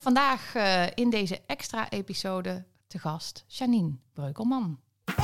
Vandaag in deze extra episode te gast Janine Breukelman.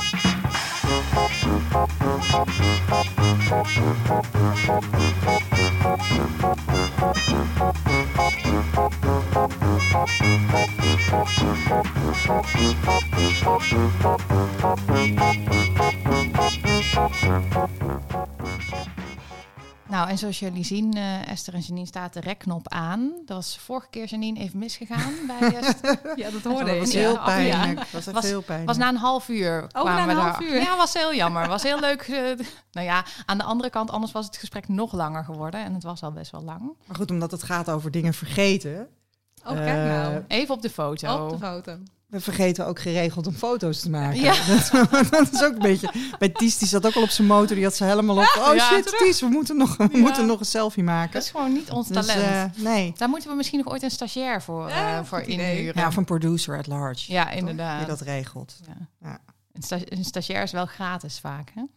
Nou, en zoals jullie zien, Esther en Janine, staat de rekknop aan. Dat was vorige keer, Janine, even misgegaan bij Esther. Ja, dat hoorde ik. Dat was heel pijnlijk. Dat was echt heel pijnlijk. Was na een half uur. Na een half uur? Ja, was heel jammer. Was heel leuk. Nou ja, aan de andere kant, anders was het gesprek nog langer geworden. En het was al best wel lang. Maar goed, omdat het gaat over dingen vergeten. Oh, kijk nou. Even op de foto. Op de foto. We vergeten ook geregeld om foto's te maken. Ja. Dat is ook een beetje... Bij Ties, die zat ook al op zijn motor. Die had ze helemaal op. Oh ja, shit, terug. Ties, we moeten nog een selfie maken. Dat is gewoon niet ons Dus, talent. nee. Daar moeten we misschien nog ooit een stagiair voor goed idee. inhuren. Ja, of een producer at large. Ja, Toch? inderdaad. Die dat regelt. Ja. Ja. Een stagiair is wel gratis vaak, hè?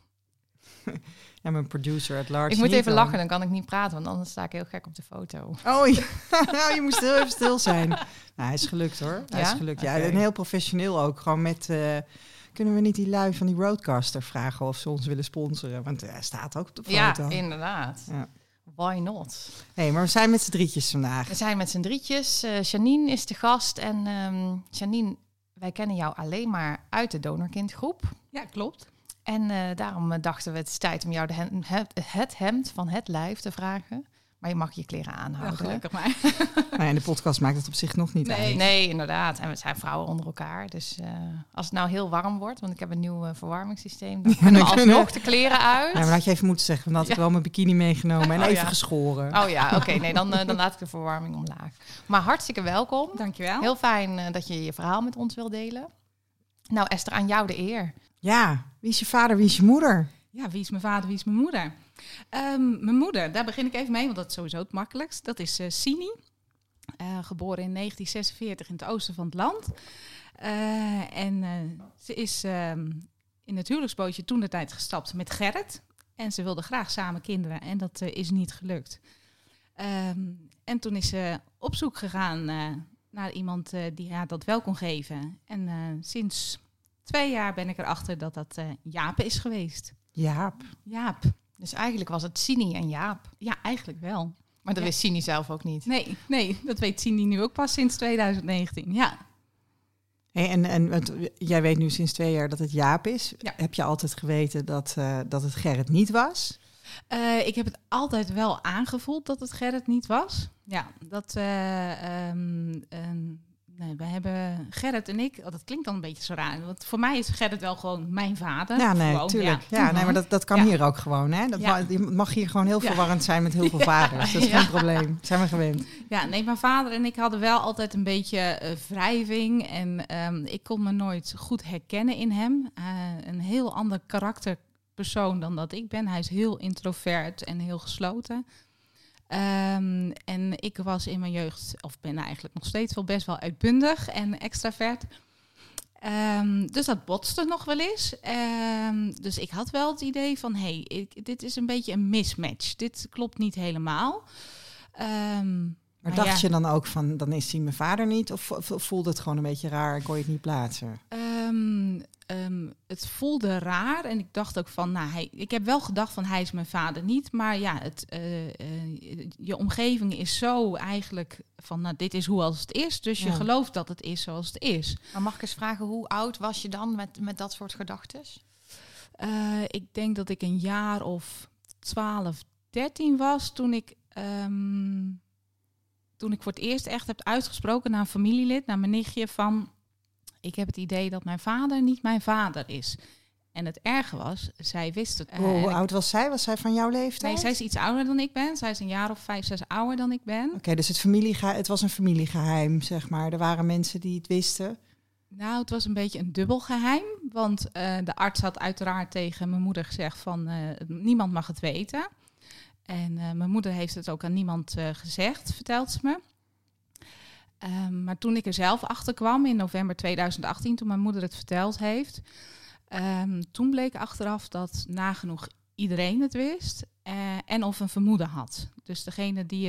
Ja, mijn producer at large. Ik moet niet even dan. lachen, dan kan ik niet praten, want anders sta ik heel gek op de foto. Oh ja, nou, je moest heel even stil zijn. Nou, hij is gelukt hoor. Hij Ja? is gelukt. Ja, Oké. en heel professioneel ook. Gewoon met... kunnen we niet die lui van die Roadcaster vragen of ze ons willen sponsoren? Want hij staat ook op de foto. Ja, inderdaad. Ja. Why not? Nee, maar we zijn met z'n drietjes vandaag. We zijn met z'n drietjes. Janine is de gast. En Janine, wij kennen jou alleen maar uit de donorkindgroep. Ja, klopt. En daarom dachten we, het is tijd om jou het hemd van het lijf te vragen. Maar je mag je kleren Ja, aanhouden. gelukkig maar. Nou, in de podcast maakt het op zich nog niet uit. Nee, inderdaad. En we zijn vrouwen onder elkaar. Dus als het nou heel warm wordt, want ik heb een nieuw verwarmingssysteem, dan kunnen we alsnog de kleren uit. Ja, maar dat had je even moeten zeggen. Dan had ik wel mijn bikini meegenomen en Oh, even ja. geschoren. Oh ja, oké. Nee, dan laat ik de verwarming omlaag. Maar hartstikke welkom. Dankjewel. Heel fijn dat je je verhaal met ons wil delen. Nou Esther, aan jou de eer. Ja, wie is je vader, wie is je moeder? Ja, wie is mijn vader, wie is mijn moeder? Mijn moeder, daar begin ik even mee, want dat is sowieso het makkelijkst. Dat is Sini, geboren in 1946 in het oosten van het land. Ze is in het huwelijksbootje toen de tijd gestapt met Gerrit. En ze wilde graag samen kinderen en dat is niet gelukt. En toen is ze op zoek gegaan naar iemand die haar dat wel kon geven. En sinds 2 jaar ben ik erachter dat dat Jaap is geweest. Jaap. Jaap. Dus eigenlijk was het Sini en Jaap. Ja, eigenlijk wel. Maar dat Ja. wist Sini zelf ook niet. Nee, dat weet Cindy nu ook pas sinds 2019. Ja. Hey, want jij weet nu sinds 2 jaar dat het Jaap is. Ja. Heb je altijd geweten dat het Gerrit niet was? Ik heb het altijd wel aangevoeld dat het Gerrit niet was. Ja, dat... nee, we hebben Gerrit en ik... Oh, dat klinkt dan een beetje zo raar. Want voor mij is Gerrit wel gewoon mijn vader. Ja, nee, Gewoon, tuurlijk. ja. Ja, nee, maar dat kan Ja. hier ook gewoon. Hè? Je mag hier gewoon heel verwarrend zijn met heel veel vaders. Dat is geen probleem. Zijn we gewend. Ja, nee, mijn vader en ik hadden wel altijd een beetje wrijving. En ik kon me nooit goed herkennen in hem. Een heel ander karakterpersoon dan dat ik ben. Hij is heel introvert en heel gesloten. En ik was in mijn jeugd, of ben eigenlijk nog steeds wel best wel uitbundig en extravert. Dus dat botste nog wel eens. Dus ik had wel het idee van, dit is een beetje een mismatch. Dit klopt niet helemaal. Maar dacht je dan ook van, dan is hij mijn vader niet? Of voelde het gewoon een beetje raar en kon je het niet plaatsen? Het voelde raar en ik dacht ook van, ik heb wel gedacht van hij is mijn vader niet, maar ja, je omgeving is zo eigenlijk van, dit is hoe als het is, dus je gelooft dat het is zoals het is. Maar mag ik eens vragen, hoe oud was je dan met dat soort gedachtes? Ik denk dat ik een jaar of 12, 13 was toen ik voor het eerst echt heb uitgesproken naar een familielid, naar mijn nichtje van, ik heb het idee dat mijn vader niet mijn vader is. En het erge was, zij wist het. Hoe oud was zij? Was zij van jouw leeftijd? Nee, zij is iets ouder dan ik ben. Zij is een jaar of 5, 6 ouder dan ik ben. Oké, dus het was een familiegeheim, zeg maar. Er waren mensen die het wisten. Nou, het was een beetje een dubbel geheim. Want de arts had uiteraard tegen mijn moeder gezegd van, niemand mag het weten. En mijn moeder heeft het ook aan niemand gezegd, vertelt ze me. Maar toen ik er zelf achter kwam in november 2018, toen mijn moeder het verteld heeft, toen bleek achteraf dat nagenoeg iedereen het wist en of een vermoeden had. Dus degene die het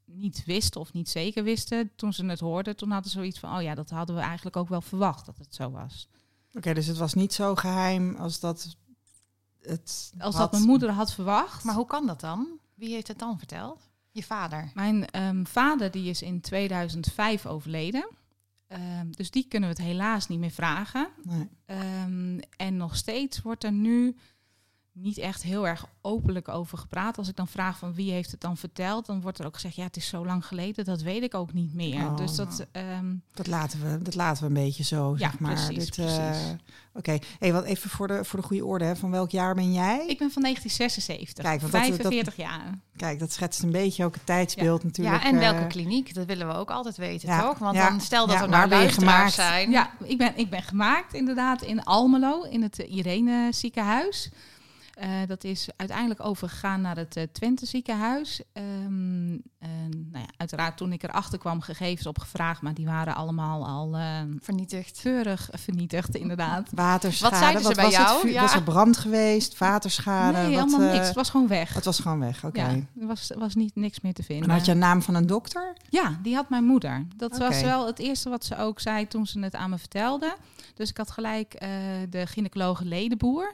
niet wisten of niet zeker wisten. Toen ze het hoorden, toen hadden ze zoiets van... dat hadden we eigenlijk ook wel verwacht dat het zo was. Oké, dus het was niet zo geheim als dat dat mijn moeder had verwacht. Maar hoe kan dat dan? Wie heeft het dan verteld? Je vader? Mijn vader die is in 2005 overleden. Dus die kunnen we het helaas niet meer vragen. Nee. En nog steeds wordt er nu niet echt heel erg openlijk over gepraat. Als ik dan vraag van wie heeft het dan verteld, dan wordt er ook gezegd, het is zo lang geleden, dat weet ik ook niet meer. Oh, dus dat laten we een beetje zo, zeg maar. Precies. Oké. Hey, wat even voor de goede orde, hè. Van welk jaar ben jij? Ik ben van 1976. Kijk, want 45 jaar. Kijk, dat schetst een beetje ook het tijdsbeeld natuurlijk. Ja, en welke kliniek? Dat willen we ook altijd weten, toch? Want ja, dan stel dat er waar nou ben je luisteraars gemaakt? zijn. Ja, ik ben gemaakt inderdaad in Almelo, in het Irene ziekenhuis. Dat is uiteindelijk overgegaan naar het Twente ziekenhuis. Uiteraard toen ik erachter kwam gegevens opgevraagd, maar die waren allemaal al vernietigd. Keurig vernietigd, inderdaad. Waterschade. Wat zeiden ze bij jou? Was er brand geweest? Waterschade? Nee, helemaal niks. Het was gewoon weg. Het was gewoon weg, oké. Ja, er was niks meer te vinden. En had je een naam van een dokter? Ja, die had mijn moeder. Dat was wel het eerste wat ze ook zei toen ze het aan me vertelde. Dus ik had gelijk de gynaecoloog Ledeboer.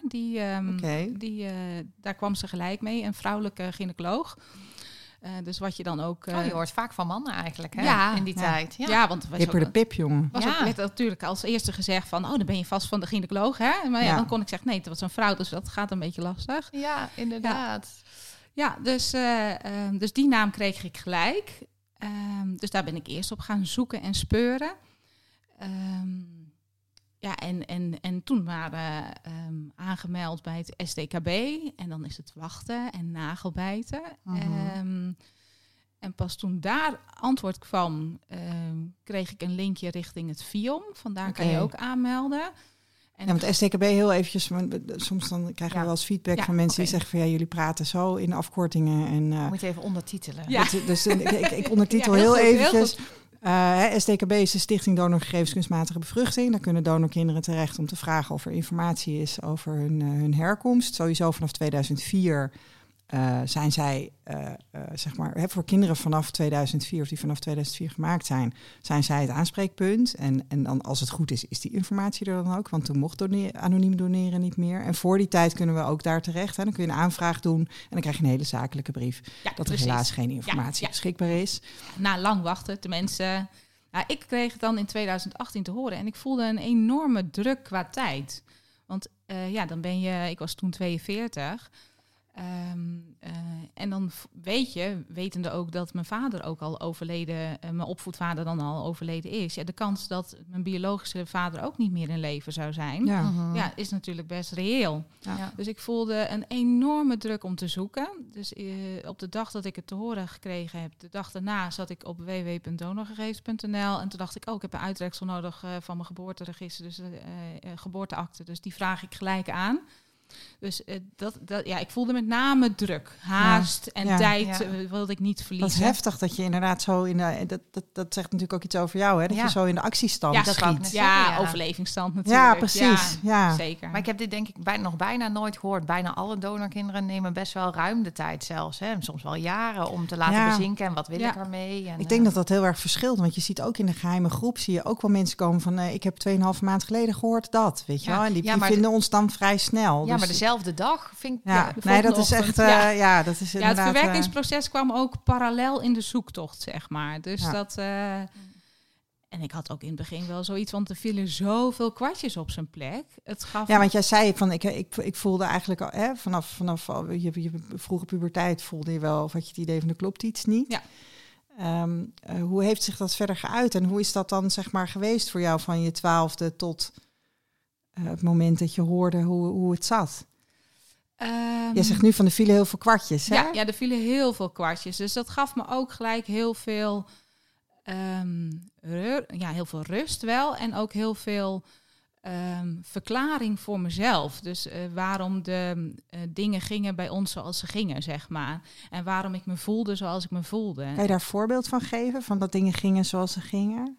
Daar kwam ze gelijk mee, een vrouwelijke gynaecoloog. Dus wat je dan ook... je hoort vaak van mannen eigenlijk, hè? Ja, in die tijd. Ja, want Hipper de pip, jongen. Werd natuurlijk als eerste gezegd van... dan ben je vast van de gynaecoloog, hè? Maar dan kon ik zeggen, nee, het was een vrouw, dus dat gaat een beetje lastig. Ja, inderdaad. Ja, dus die naam kreeg ik gelijk. Dus daar ben ik eerst op gaan zoeken en speuren. En toen waren aangemeld bij het SDKB. En dan is het wachten en nagelbijten. En pas toen daar antwoord kwam, kreeg ik een linkje richting het FIOM. Vandaar kan je ook aanmelden. En want SDKB heel eventjes, soms dan krijgen we wel eens feedback van mensen die zeggen van jullie praten zo in afkortingen. En, moet je even ondertitelen. Ja. Dus ik ondertitel heel eventjes. SDKB is de Stichting Donorgegevens Kunstmatige Bevruchting. Daar kunnen donorkinderen terecht om te vragen of er informatie is over hun herkomst. Sowieso vanaf 2004 zijn zij, voor kinderen vanaf 2004, of die vanaf 2004 gemaakt zijn zij het aanspreekpunt. En dan, als het goed is die informatie er dan ook. Want toen mocht anoniem doneren niet meer. En voor die tijd kunnen we ook daar terecht. Hè. Dan kun je een aanvraag doen en dan krijg je een hele zakelijke brief. Ja, dat er helaas geen informatie beschikbaar is. Na lang wachten, tenminste. Nou, ik kreeg het dan in 2018 te horen. En ik voelde een enorme druk qua tijd. Want dan ben je... Ik was toen 42... en dan wetende ook dat mijn vader ook al overleden, mijn opvoedvader dan al overleden is. Ja, de kans dat mijn biologische vader ook niet meer in leven zou zijn, is natuurlijk best reëel. Ja. Dus ik voelde een enorme druk om te zoeken. Dus op de dag dat ik het te horen gekregen heb, de dag daarna zat ik op www.donorgegevens.nl en toen dacht ik, ik heb een uittreksel nodig van mijn geboorteregister, dus geboorteakte. Dus die vraag ik gelijk aan. Dus ik voelde met name druk, haast en tijd wilde ik niet verliezen. Dat is heftig dat je inderdaad zo in de... Dat zegt natuurlijk ook iets over jou, hè? Dat je zo in de actiestand schiet. Ja, overlevingsstand natuurlijk. Ja, precies. Ja. Zeker. Maar ik heb dit denk ik nog bijna nooit gehoord. Bijna alle donorkinderen nemen best wel ruim de tijd zelfs. Hè? Soms wel jaren om te laten bezinken. En wat wil ik ermee? En, ik denk dat heel erg verschilt. Want je ziet ook in de geheime groep, zie je ook wel mensen komen van... ik heb 2,5 maand geleden gehoord dat, weet je wel. En die vinden ons dan vrij snel. Ja, maar dezelfde dag vind ik... dat is echt... dat is inderdaad, het verwerkingsproces kwam ook parallel in de zoektocht, zeg maar. Dus dat... En ik had ook in het begin wel zoiets, want er vielen zoveel kwartjes op zijn plek. Het gaf... Ja, want jij zei van, ik voelde eigenlijk al, vanaf je vroege puberteit voelde je wel, of had je het idee van er klopt iets niet. Ja. Hoe heeft zich dat verder geuit en hoe is dat dan zeg maar geweest voor jou van je 12e tot het moment dat je hoorde hoe het zat? Je zegt nu van er vielen heel veel kwartjes, hè? Ja, er vielen heel veel kwartjes. Dus dat gaf me ook gelijk heel veel... heel veel rust wel. En ook heel veel verklaring voor mezelf. Dus waarom de dingen gingen bij ons zoals ze gingen, zeg maar. En waarom ik me voelde zoals ik me voelde. Kan je daar een voorbeeld van geven? Van dat dingen gingen zoals ze gingen?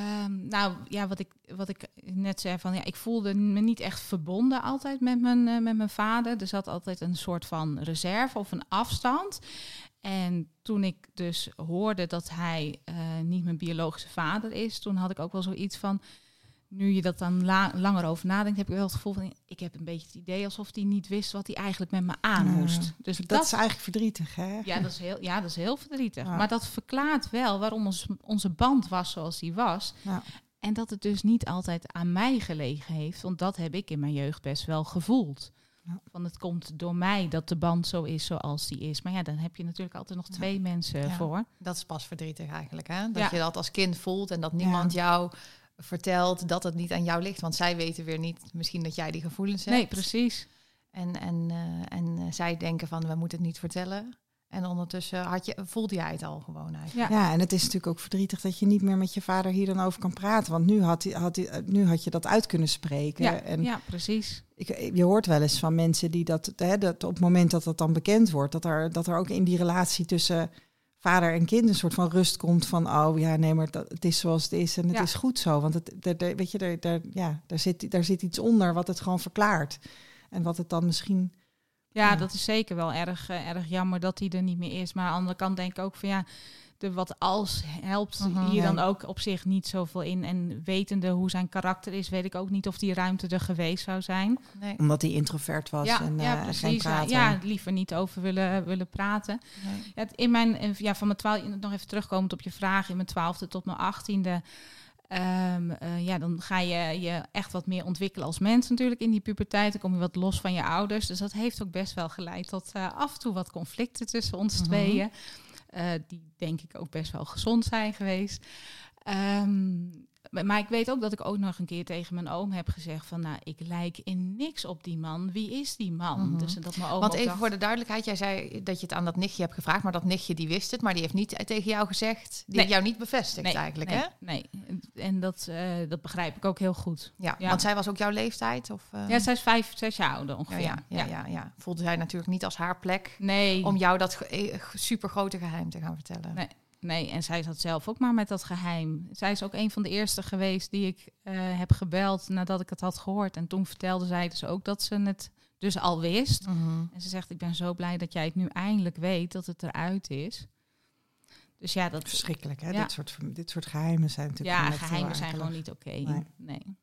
Wat ik net zei van... ik voelde me niet echt verbonden altijd met mijn vader. Er zat altijd een soort van reserve of een afstand... En toen ik dus hoorde dat hij niet mijn biologische vader is, toen had ik ook wel zoiets van, nu je dat dan langer over nadenkt, heb ik wel het gevoel van, ik heb een beetje het idee alsof hij niet wist wat hij eigenlijk met me aan moest. Dus dat is eigenlijk verdrietig, hè? Ja, dat is heel verdrietig. Ja. Maar dat verklaart wel waarom onze band was zoals die was. Ja. En dat het dus niet altijd aan mij gelegen heeft. Want dat heb ik in mijn jeugd best wel gevoeld. Ja. Van het komt door mij dat de band zo is zoals die is. Maar ja, dan heb je natuurlijk altijd nog 2 mensen voor. Dat is pas verdrietig eigenlijk, hè? Dat je dat als kind voelt en dat niemand jou vertelt dat het niet aan jou ligt. Want zij weten weer niet misschien dat jij die gevoelens hebt. Nee, precies. En zij denken van, we moeten het niet vertellen. En ondertussen voelde jij het al gewoon eigenlijk. Ja, en het is natuurlijk ook verdrietig dat je niet meer met je vader hier dan over kan praten. Want nu had je dat uit kunnen spreken. Ja, precies. Je hoort wel eens van mensen die dat op het moment dat dat dan bekend wordt, dat er ook in die relatie tussen vader en kind een soort van rust komt van, maar het is zoals het is en het is goed zo. Want daar zit iets onder wat het gewoon verklaart. En wat het dan misschien... Ja, dat is zeker wel erg jammer dat hij er niet meer is. Maar aan de andere kant denk ik ook van de wat als helpt hier dan ook op zich niet zoveel in. En wetende hoe zijn karakter is, weet ik ook niet of die ruimte er geweest zou zijn. Nee. Omdat hij introvert was precies. geen prater. Ja, liever niet over willen praten. Nee. Van mijn 12, nog even terugkomend op je vraag, in mijn 12e tot mijn 18e... dan ga je echt wat meer ontwikkelen als mens natuurlijk in die puberteit. Dan kom je wat los van je ouders. Dus dat heeft ook best wel geleid tot af en toe wat conflicten tussen ons tweeën. Die denk ik ook best wel gezond zijn geweest. Maar ik weet ook dat ik ook nog een keer tegen mijn oom heb gezegd van, ik lijk in niks op die man. Wie is die man? Dus dat mijn oom Want even voor de duidelijkheid, jij zei dat je het aan dat nichtje hebt gevraagd, maar dat nichtje die wist het, maar die heeft niet tegen jou gezegd, die heeft jou niet bevestigd eigenlijk, hè? Nee, en dat begrijp ik ook heel goed. Ja, want zij was ook jouw leeftijd? Of, Ja, zij is 5-6 jaar ouder ongeveer. Ja. Voelde zij natuurlijk niet als haar plek om jou dat supergrote geheim te gaan vertellen? Nee, en zij zat zelf ook maar met dat geheim. Zij is ook een van de eerste geweest die ik heb gebeld nadat ik het had gehoord. En toen vertelde zij dus ook dat ze het dus al wist. En ze zegt, ik ben zo blij dat jij het nu eindelijk weet dat het eruit is. Dus ja, dat... Verschrikkelijk, hè? Ja. Dit soort geheimen zijn natuurlijk... Ja, geheimen zijn gewoon niet oké. Nee.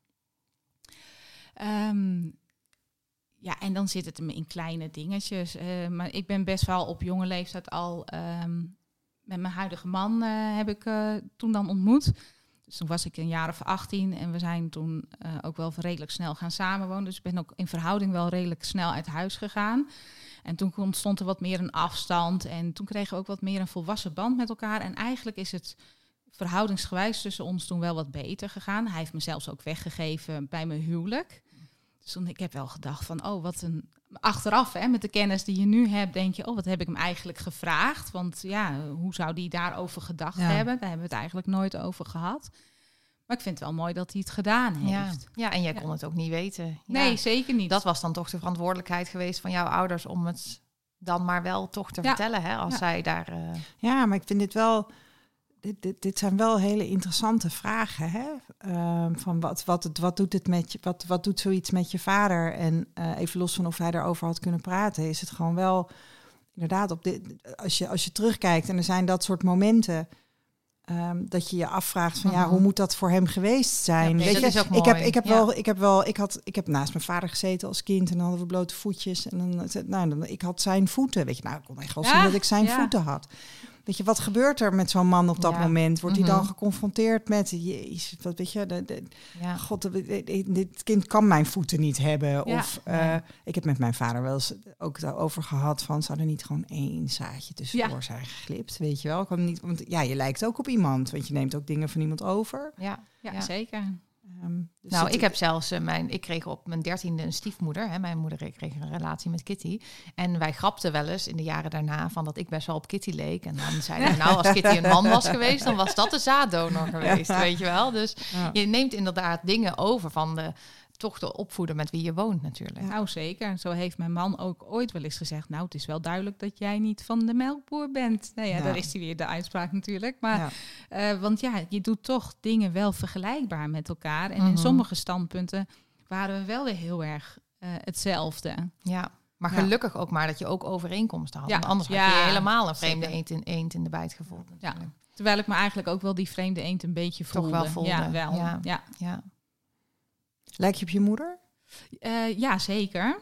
En dan zit het in kleine dingetjes. Maar ik ben best wel op jonge leeftijd al... met mijn huidige man heb ik toen dan ontmoet. Dus toen was ik een jaar of 18 en we zijn toen ook wel redelijk snel gaan samenwonen. Dus ik ben ook in verhouding wel redelijk snel uit huis gegaan. En toen ontstond er wat meer een afstand en toen kregen we ook wat meer een volwassen band met elkaar. En eigenlijk is het verhoudingsgewijs tussen ons toen wel wat beter gegaan. Hij heeft me zelfs ook weggegeven bij mijn huwelijk. Dus toen, ik heb wel gedacht van, wat een... Achteraf, met de kennis die je nu hebt, denk je, wat heb ik hem eigenlijk gevraagd? Want hoe zou die daarover gedacht hebben? Daar hebben we het eigenlijk nooit over gehad. Maar ik vind het wel mooi dat hij het gedaan heeft. Ja, en jij kon het ook niet weten. Nee, zeker niet. Dat was dan toch de verantwoordelijkheid geweest van jouw ouders om het dan maar wel toch te vertellen, hè? Als zij daar... Ja, maar ik vind dit wel... Dit zijn wel hele interessante vragen, hè? Van wat doet het met je? Wat doet zoiets met je vader? En even los van of hij daarover had kunnen praten, is het gewoon wel inderdaad als je terugkijkt en er zijn dat soort momenten dat je je afvraagt van hoe moet dat voor hem geweest zijn? Ja, weet je, is ook mooi. Ik heb naast mijn vader gezeten als kind en dan hadden we blote voetjes en dan ik had zijn voeten, weet je, ik kon echt wel zien dat ik zijn voeten had. Weet je, wat gebeurt er met zo'n man op dat moment? Wordt hij dan geconfronteerd met... Jezus, wat weet je... God, dit kind kan mijn voeten niet hebben. Ja. Of ik heb met mijn vader wel eens ook daarover gehad van... zou er niet gewoon 1 zaadje tussendoor zijn geglipt? Weet je wel? Ik kan niet, want je lijkt ook op iemand. Want je neemt ook dingen van iemand over. Ja, zeker. Dus ik heb zelfs ik kreeg op mijn 13e een stiefmoeder. Hè. Mijn moeder kreeg een relatie met Kitty. En wij grapten wel eens in de jaren daarna van dat ik best wel op Kitty leek. En dan zeiden we, als Kitty een man was geweest, dan was dat de zaaddonor geweest, weet je wel. Dus je neemt inderdaad dingen over van toch te opvoeden met wie je woont natuurlijk. Nou zeker. Zo heeft mijn man ook ooit wel eens gezegd... het is wel duidelijk dat jij niet van de melkboer bent. Daar is hij weer de uitspraak natuurlijk. Maar want je doet toch dingen wel vergelijkbaar met elkaar. En in sommige standpunten waren we wel weer heel erg hetzelfde. Ja. Maar gelukkig ook maar dat je ook overeenkomsten had. Ja. Want anders had je helemaal een vreemde eend in de bijt gevoeld. Ja. Terwijl ik me eigenlijk ook wel die vreemde eend een beetje voelde. Toch wel voelde. Ja, wel. Ja. Lijk je op je moeder? Ja, zeker.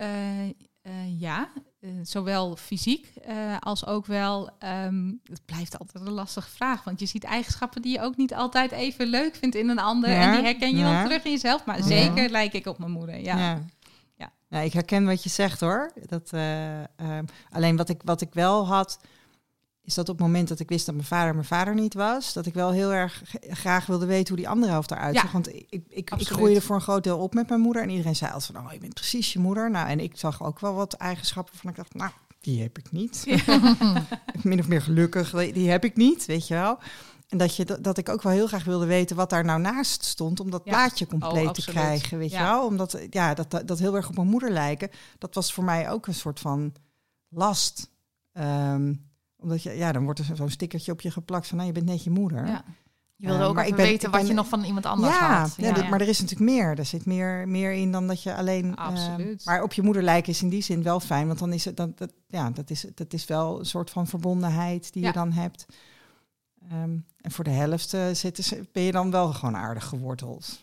Zowel fysiek als ook wel... het blijft altijd een lastige vraag. Want je ziet eigenschappen die je ook niet altijd even leuk vindt in een ander. Ja. En die herken je dan terug in jezelf. Maar zeker lijk ik op mijn moeder. Ja. Ja, ik herken wat je zegt hoor. Alleen wat ik wel had, is dat op het moment dat ik wist dat mijn vader niet was, dat ik wel heel erg graag wilde weten hoe die andere helft eruit zag. Want ik groeide voor een groot deel op met mijn moeder en iedereen zei altijd van, je bent precies je moeder. Nou, en ik zag ook wel wat eigenschappen van ik dacht, nou, die heb ik niet. Min of meer gelukkig, die heb ik niet, weet je wel. En dat ik ook wel heel graag wilde weten wat daar nou naast stond, om dat plaatje compleet te krijgen, weet je wel. Omdat dat heel erg op mijn moeder lijken, dat was voor mij ook een soort van last. Omdat dan wordt er zo'n stickertje op je geplakt van, je bent net je moeder. Ja. Je wilde ook even weten wat je nog van iemand anders had. Maar er is natuurlijk meer. Er zit meer in dan dat je alleen... Absoluut. Maar op je moeder lijken is in die zin wel fijn. Want dan is het dat is wel een soort van verbondenheid die je dan hebt. En voor de helft ben je dan wel gewoon aardig geworteld.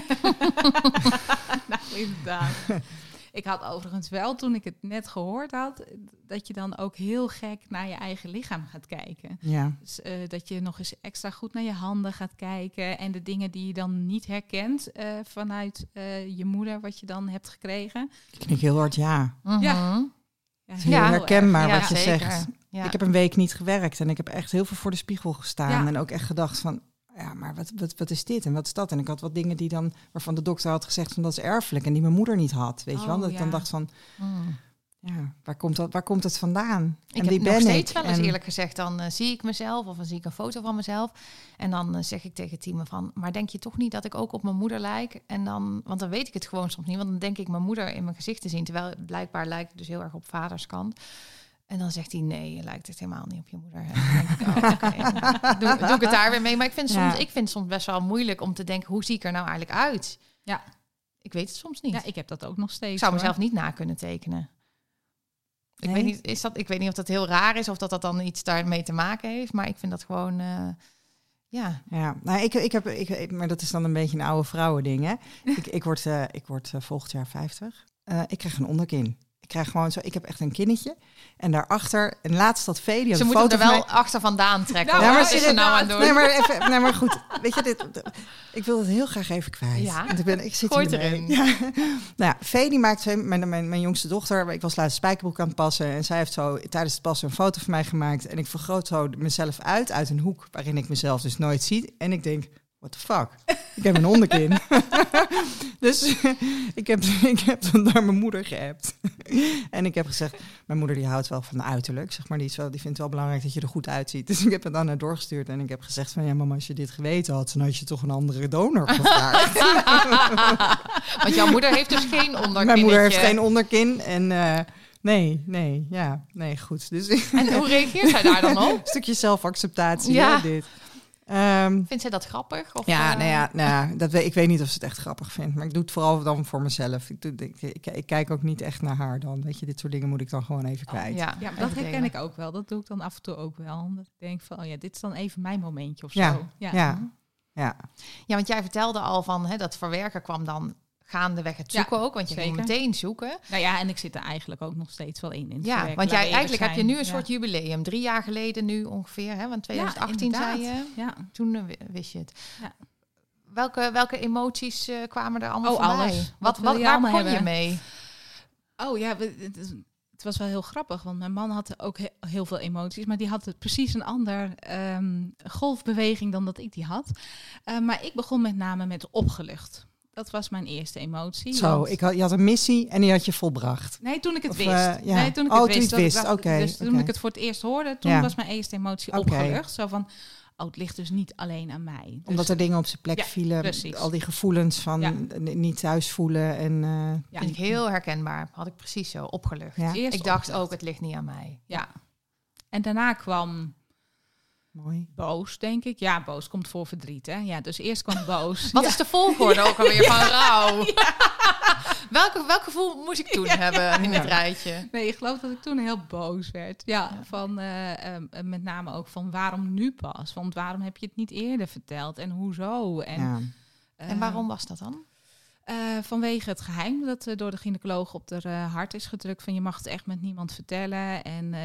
Nou, inderdaad. Ik had overigens wel, toen ik het net gehoord had, dat je dan ook heel gek naar je eigen lichaam gaat kijken. Ja. Dus, dat je nog eens extra goed naar je handen gaat kijken. En de dingen die je dan niet herkent vanuit je moeder, wat je dan hebt gekregen. Ik knik heel hard ja. Uh-huh. Ja. Het is heel herkenbaar wat je zeker. zegt. Ja. Ik heb een week niet gewerkt en ik heb echt heel veel voor de spiegel gestaan. En ook echt gedacht van, maar wat is dit en wat is dat? En ik had wat dingen waarvan de dokter had gezegd van dat is erfelijk en die mijn moeder niet had. Weet je wel? Dat ik dan dacht van, waar komt het vandaan? Ik heb nog steeds wel eens eerlijk gezegd, dan zie ik mezelf of dan zie ik een foto van mezelf. En dan zeg ik tegen Timo van, maar denk je toch niet dat ik ook op mijn moeder lijk? En dan, want dan weet ik het gewoon soms niet. Want dan denk ik mijn moeder in mijn gezicht te zien. Terwijl blijkbaar lijkt het dus heel erg op vaders kant. En dan zegt hij, nee, je lijkt het helemaal niet op je moeder. En dan denk ik, doe ik het daar weer mee. Maar ik vind het soms best wel moeilijk om te denken, hoe zie ik er nou eigenlijk uit? Ja. Ik weet het soms niet. Ja, ik heb dat ook nog steeds. Ik zou mezelf niet na kunnen tekenen. Nee. Ik weet niet of dat heel raar is of dat dan iets daarmee te maken heeft. Maar ik vind dat gewoon, Ja, nou, maar dat is dan een beetje een oude vrouwending, hè? Ik word volgend jaar 50. Ik krijg een onderkin. Ik krijg gewoon zo, ik heb echt een kinnetje. En daarachter, en laatst dat Vee. Ze moeten er wel achter vandaan trekken. Nou, wat is er nou aan doen? Nee, maar goed. Weet je, ik wil het heel graag even kwijt. Ja, ik zit gooi erin. Ja. Nou ja, Vee die maakt, mijn jongste dochter, ik was laatst spijkerbroek aan het passen. En zij heeft zo tijdens het passen een foto van mij gemaakt. En ik vergroot zo mezelf uit een hoek waarin ik mezelf dus nooit zie. En ik denk, what the fuck? Ik heb een onderkin. Dus ik heb dan naar mijn moeder geappt. En ik heb gezegd, mijn moeder die houdt wel van de uiterlijk. Zeg maar, die vindt het wel belangrijk dat je er goed uitziet. Dus ik heb het dan naar doorgestuurd. En ik heb gezegd van, ja mama, als je dit geweten had, dan had je toch een andere donor gevraagd. Want jouw moeder heeft dus geen onderkin. Mijn moeder heeft geen onderkin. En nee, goed. Dus en hoe reageert zij daar dan op? Een stukje zelfacceptatie, ja. Dit. Vindt zij dat grappig? Of, Ik weet niet of ze het echt grappig vindt. Maar ik doe het vooral dan voor mezelf. Ik kijk ook niet echt naar haar dan. Weet je, dit soort dingen moet ik dan gewoon even kwijt. Ja, dat herken ik ook wel. Dat doe ik dan af en toe ook wel. Dat ik denk van, dit is dan even mijn momentje of zo. Ja, want jij vertelde al van, dat verwerken kwam dan gaandeweg het zoeken ook. Want je ging meteen zoeken. Nou ja, en ik zit er eigenlijk ook nog steeds wel in. Ja, want eigenlijk heb je nu een soort jubileum. 3 jaar geleden nu ongeveer. Hè? Want 2018 zei je. Ja. Toen wist je het. Ja. Welke emoties kwamen er allemaal voorbij? Alles. Waar kon je mee? Oh ja, het was wel heel grappig. Want mijn man had ook heel veel emoties. Maar die had precies een ander golfbeweging dan dat ik die had. Maar ik begon met name met opgelucht. Dat was mijn eerste emotie. Zo, je had een missie en die had je volbracht. Nee, toen ik het wist. Nee, toen ik het wist. Toen ik het voor het eerst hoorde, toen was mijn eerste emotie opgelucht. Zo van, het ligt dus niet alleen aan mij. Dus, omdat er dingen op zijn plek vielen. Precies. Al die gevoelens van niet thuis voelen. En, vind ik heel herkenbaar. Had ik precies zo opgelucht. Ja. Ik dacht ook, het ligt niet aan mij. Ja. En daarna kwam Mooi. Boos, denk ik. Ja, boos komt voor verdriet, hè. Ja, dus eerst kwam boos. Wat is de volgorde ook alweer van rouw? Welk gevoel moest ik toen hebben in het rijtje? Nee, ik geloof dat ik toen heel boos werd. Ja. Van met name ook van waarom nu pas? Want waarom heb je het niet eerder verteld? En hoezo? En waarom was dat dan? Vanwege het geheim dat door de gynaecoloog op haar hart is gedrukt. Van je mag het echt met niemand vertellen. En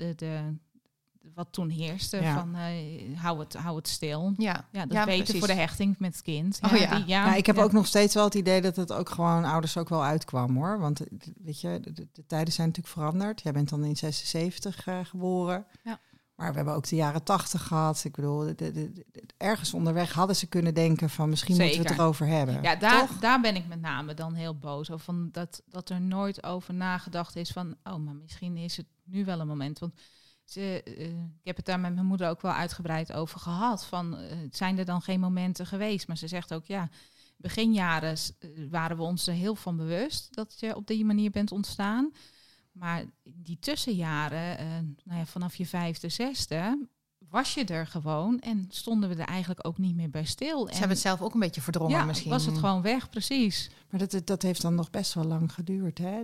wat toen heerste van hou het stil. Ja, dat is beter precies. Voor de hechting met het kind. Ik heb ook nog steeds wel het idee dat het ook gewoon ouders ook wel uitkwam, hoor. Want weet je, de tijden zijn natuurlijk veranderd. Jij bent dan in 76 geboren. Ja. Maar we hebben ook de jaren 80 gehad. Ik bedoel, ergens onderweg hadden ze kunnen denken van misschien moeten we het erover hebben. Ja, daar ben ik met name dan heel boos over. Van dat er nooit over nagedacht is van, maar misschien is het nu wel een moment. Want ik heb het daar met mijn moeder ook wel uitgebreid over gehad. Van, zijn er dan geen momenten geweest? Maar ze zegt ook, beginjaren waren we ons er heel van bewust dat je op die manier bent ontstaan. Maar die tussenjaren, vanaf je 5e, 6e, was je er gewoon en stonden we er eigenlijk ook niet meer bij stil. Ze hebben het zelf ook een beetje verdrongen misschien. Was het gewoon weg, precies. Maar dat heeft dan nog best wel lang geduurd, hè?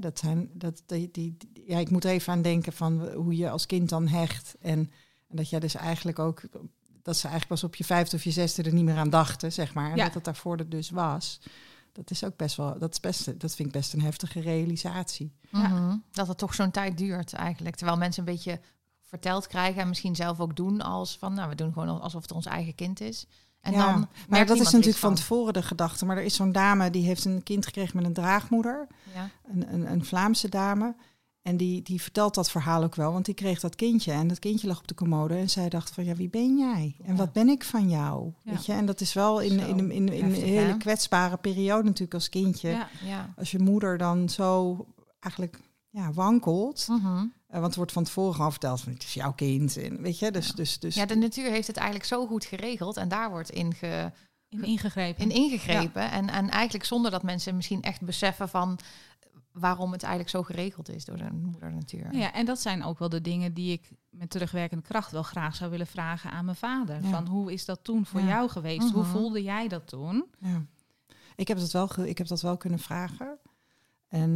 Ik moet even aan denken van hoe je als kind dan hecht. En dat jij dus eigenlijk ook, dat ze eigenlijk pas op je 5e of je 6e er niet meer aan dachten, zeg maar. En dat het daarvoor er dus was. Dat is ook best wel, dat vind ik best een heftige realisatie. Mm-hmm. Dat het toch zo'n tijd duurt eigenlijk. Terwijl mensen een beetje verteld krijgen en misschien zelf ook doen als van, we doen gewoon alsof het ons eigen kind is. En dan maar dat is natuurlijk van tevoren de gedachte. Maar er is zo'n dame die heeft een kind gekregen met een draagmoeder. Ja. Een Vlaamse dame. En die vertelt dat verhaal ook wel, want die kreeg dat kindje. En dat kindje lag op de commode en zij dacht van, wie ben jij? En wat ben ik van jou? Ja. Weet je? En dat is wel in een hele kwetsbare periode natuurlijk als kindje. Ja. Ja. Als je moeder dan zo eigenlijk wankelt. Mm-hmm. Want het wordt van tevoren al verteld van, het is jouw kind. En, weet je, dus de natuur heeft het eigenlijk zo goed geregeld. En daar wordt ingegrepen. Ja. En eigenlijk zonder dat mensen misschien echt beseffen van waarom het eigenlijk zo geregeld is door de moeder natuur. Ja, en dat zijn ook wel de dingen die ik met terugwerkende kracht wel graag zou willen vragen aan mijn vader. Ja. Van hoe is dat toen voor jou geweest? Uh-huh. Hoe voelde jij dat toen? Ja. Ik heb dat wel kunnen vragen. En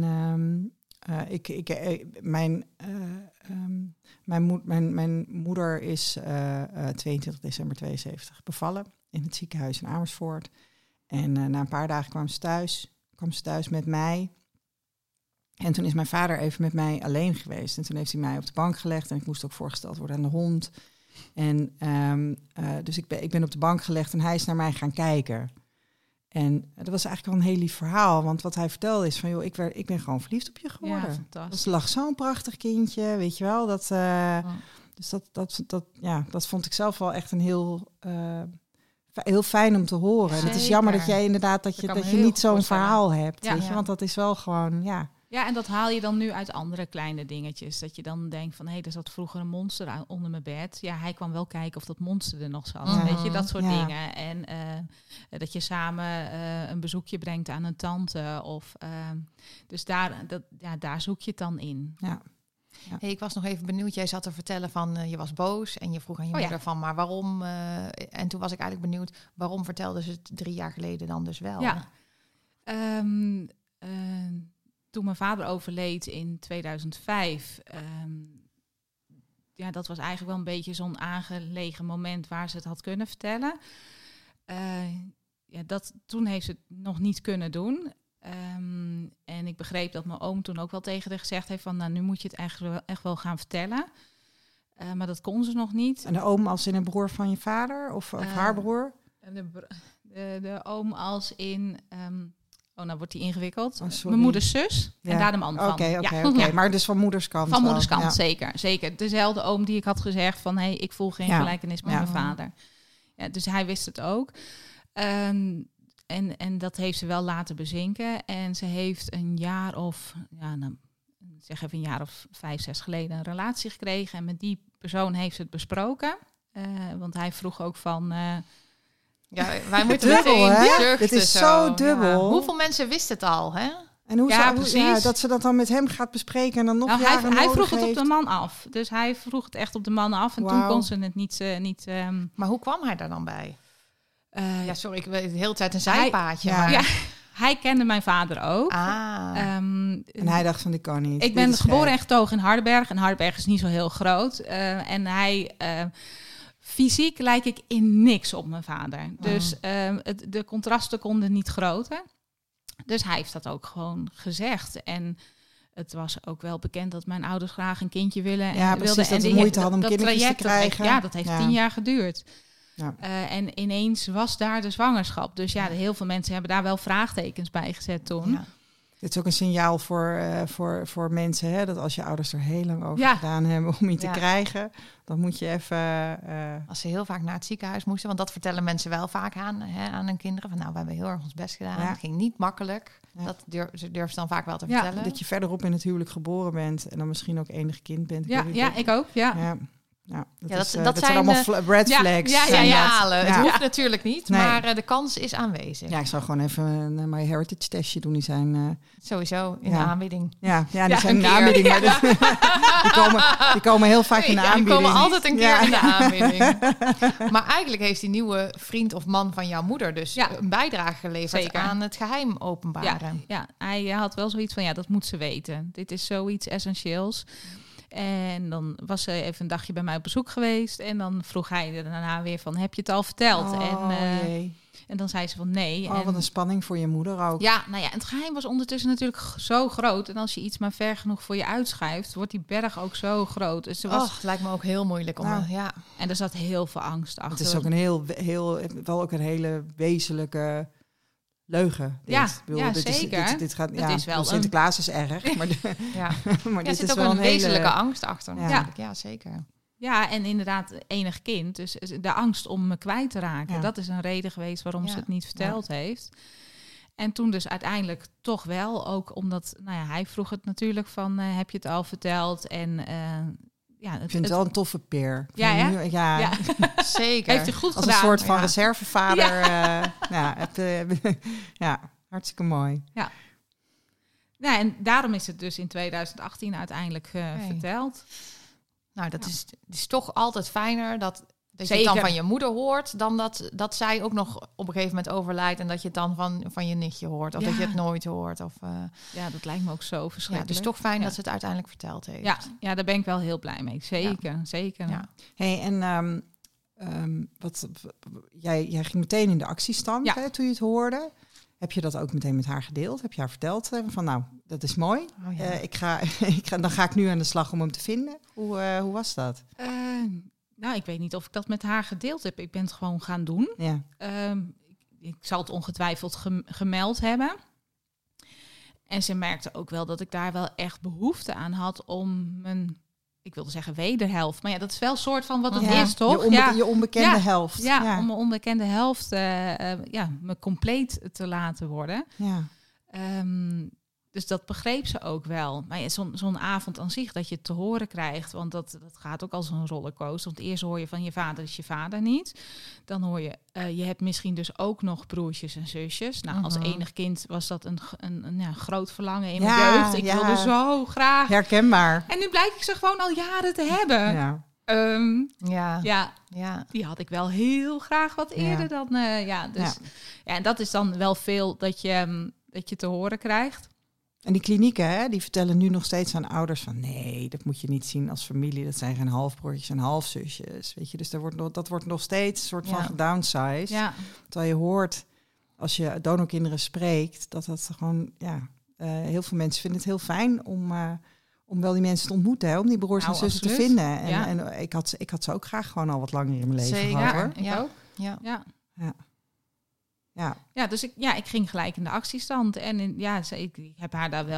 mijn moeder is 22 december 72 bevallen in het ziekenhuis in Amersfoort. En na een paar dagen kwam ze thuis met mij. En toen is mijn vader even met mij alleen geweest. En toen heeft hij mij op de bank gelegd. En ik moest ook voorgesteld worden aan de hond. En dus ik ben op de bank gelegd en hij is naar mij gaan kijken. En dat was eigenlijk wel een heel lief verhaal. Want wat hij vertelde is van, joh, ik ben gewoon verliefd op je geworden. Ja, fantastisch. Dus er lag zo'n prachtig kindje, weet je wel. Dus dat vond ik zelf wel echt een heel fijn om te horen. Zeker. En het is jammer dat jij inderdaad dat je niet zo'n verhaal hebt. Weet je? Want dat is wel gewoon, Ja, en dat haal je dan nu uit andere kleine dingetjes. Dat je dan denkt van, er zat vroeger een monster onder mijn bed. Ja, hij kwam wel kijken of dat monster er nog zat. Weet je, dat soort dingen. En dat je samen een bezoekje brengt aan een tante. Dus daar zoek je het dan in. Ja. Ja. Hey, ik was nog even benieuwd. Jij zat te vertellen van je was boos en je vroeg aan je moeder van, maar waarom? En toen was ik eigenlijk benieuwd, waarom vertelde ze het 3 jaar geleden dan dus wel? Ja. Toen mijn vader overleed in 2005, dat was eigenlijk wel een beetje zo'n aangelegen moment waar ze het had kunnen vertellen. Toen heeft ze het nog niet kunnen doen. En ik begreep dat mijn oom toen ook wel tegen haar gezegd heeft van, nu moet je het echt wel gaan vertellen. Maar dat kon ze nog niet. En de oom als in een broer van je vader of haar broer? De oom als in, nou wordt die ingewikkeld. Mijn moeders zus en daar de man van. Oké. Maar dus van moederskant. Van moederskant, zeker. Dezelfde oom die ik had gezegd van, ik voel geen gelijkenis met mijn vader. Ja, dus hij wist het ook. En dat heeft ze wel laten bezinken. En ze heeft een jaar of 5, 6 geleden een relatie gekregen. En met die persoon heeft ze het besproken. Want hij vroeg ook van, wij moeten dubbel, hè? Dit is zo dubbel. Ja. Hoeveel mensen wisten het al, hè? En dat ze dat dan met hem gaat bespreken en dan nog jaren hij vroeg het op de man af. Dus hij vroeg het echt op de man af. En toen kon ze het niet... Maar hoe kwam hij daar dan bij? Sorry, ik weet de hele tijd een zijpaadje. Hij kende mijn vader ook. En hij dacht van, dit kan niet. Ik ben geboren en getogen in Hardenberg. En Hardenberg is niet zo heel groot. En hij... fysiek lijk ik in niks op mijn vader. Dus de contrasten konden niet groter. Dus hij heeft dat ook gewoon gezegd. En het was ook wel bekend dat mijn ouders graag een kindje willen. Ja, precies, dat ze moeite hadden om kindertjes te krijgen. Dat heeft 10 jaar geduurd. Ja. En ineens was daar de zwangerschap. Dus heel veel mensen hebben daar wel vraagtekens bij gezet toen. Ja. Dit is ook een signaal voor mensen, hè, dat als je ouders er heel lang over gedaan hebben om je te krijgen, dan moet je even... Als ze heel vaak naar het ziekenhuis moesten, want dat vertellen mensen wel vaak aan hun kinderen. Van we hebben heel erg ons best gedaan. Het ging niet makkelijk. Ja. Dat durven ze dan vaak wel te vertellen. Dat je verderop in het huwelijk geboren bent en dan misschien ook enig kind bent. Ik ook. Dat zijn allemaal red flags. Het hoeft natuurlijk niet, maar de kans is aanwezig. Ja, ik zou gewoon even een MyHeritage testje doen. Die zijn sowieso in de aanbieding. Die zijn in de aanbieding. Maar die komen heel vaak in de aanbieding. Die komen altijd een keer in de aanbieding. Maar eigenlijk heeft die nieuwe vriend of man van jouw moeder dus een bijdrage geleverd aan het geheim openbaren. Ja, hij had wel zoiets van, dat moet ze weten. Dit is zoiets essentieels. En dan was ze even een dagje bij mij op bezoek geweest. En dan vroeg hij daarna weer van, heb je het al verteld? En dan zei ze van nee. Wat een spanning voor je moeder ook. Ja, het geheim was ondertussen natuurlijk zo groot. En als je iets maar ver genoeg voor je uitschuift, wordt die berg ook zo groot. Dus het lijkt me ook heel moeilijk om... En er zat heel veel angst achter. Het is ook een hele wezenlijke... leugen. Zeker. Dit gaat, het is wel Sinterklaas is erg, maar maar dit zit ook wel een wezenlijke angst achter. Ja, zeker. Ja, en inderdaad enig kind. Dus de angst om me kwijt te raken. Dat is een reden geweest waarom ze het niet verteld heeft. En toen dus uiteindelijk toch wel, ook omdat, hij vroeg het natuurlijk van, heb je het al verteld? En ik vind het wel een toffe peer. Ja. Zeker. Heeft hij goed als gedaan. Als een soort van reservevader. Hartstikke mooi. Ja. En daarom is het dus in 2018 uiteindelijk verteld. Nou, dat is toch altijd fijner dat je het dan van je moeder hoort, dan dat zij ook nog op een gegeven moment overlijdt en dat je het dan van je nichtje hoort. Of dat je het nooit hoort. Ja, dat lijkt me ook zo verschrikkelijk. Het is toch fijn dat ze het uiteindelijk verteld heeft. Ja, daar ben ik wel heel blij mee. Zeker. Ja. Hey, en jij ging meteen in de actiestand toen je het hoorde. Heb je dat ook meteen met haar gedeeld? Heb je haar verteld van dat is mooi. Dan ga ik nu aan de slag om hem te vinden. Hoe was dat? Ik weet niet of ik dat met haar gedeeld heb. Ik ben het gewoon gaan doen. Ja. Ik zal het ongetwijfeld gemeld hebben. En ze merkte ook wel dat ik daar wel echt behoefte aan had om mijn... Ik wilde zeggen wederhelft. Maar dat is wel een soort van wat het is, toch? Je onbekende helft. Ja, om mijn onbekende helft me compleet te laten worden. Ja. Dus dat begreep ze ook wel. Maar zo'n avond aan zich, dat je het te horen krijgt... want dat gaat ook als een rollercoaster. Want eerst hoor je van je vader is je vader niet. Dan hoor je, je hebt misschien dus ook nog broertjes en zusjes. Nou, als enig kind was dat een groot verlangen in mijn jeugd. Ik wilde zo graag. Herkenbaar. En nu blijkt ik ze gewoon al jaren te hebben. Die had ik wel heel graag wat eerder dan... en dat is dan wel veel dat je te horen krijgt. En die klinieken, die vertellen nu nog steeds aan ouders van... nee, dat moet je niet zien als familie. Dat zijn geen halfbroertjes en halfzusjes. Weet je? Dus dat wordt nog steeds een soort van gedownsized. Ja. Terwijl je hoort, als je donorkinderen spreekt... dat gewoon, heel veel mensen vinden het heel fijn om wel die mensen te ontmoeten. Hè? Om die broers en zussen te vinden. En ik had ze ook graag gewoon al wat langer in mijn leven gehad, hoor. Ik ook. Ja, dus ik ging gelijk in de actiestand. En ik heb haar daar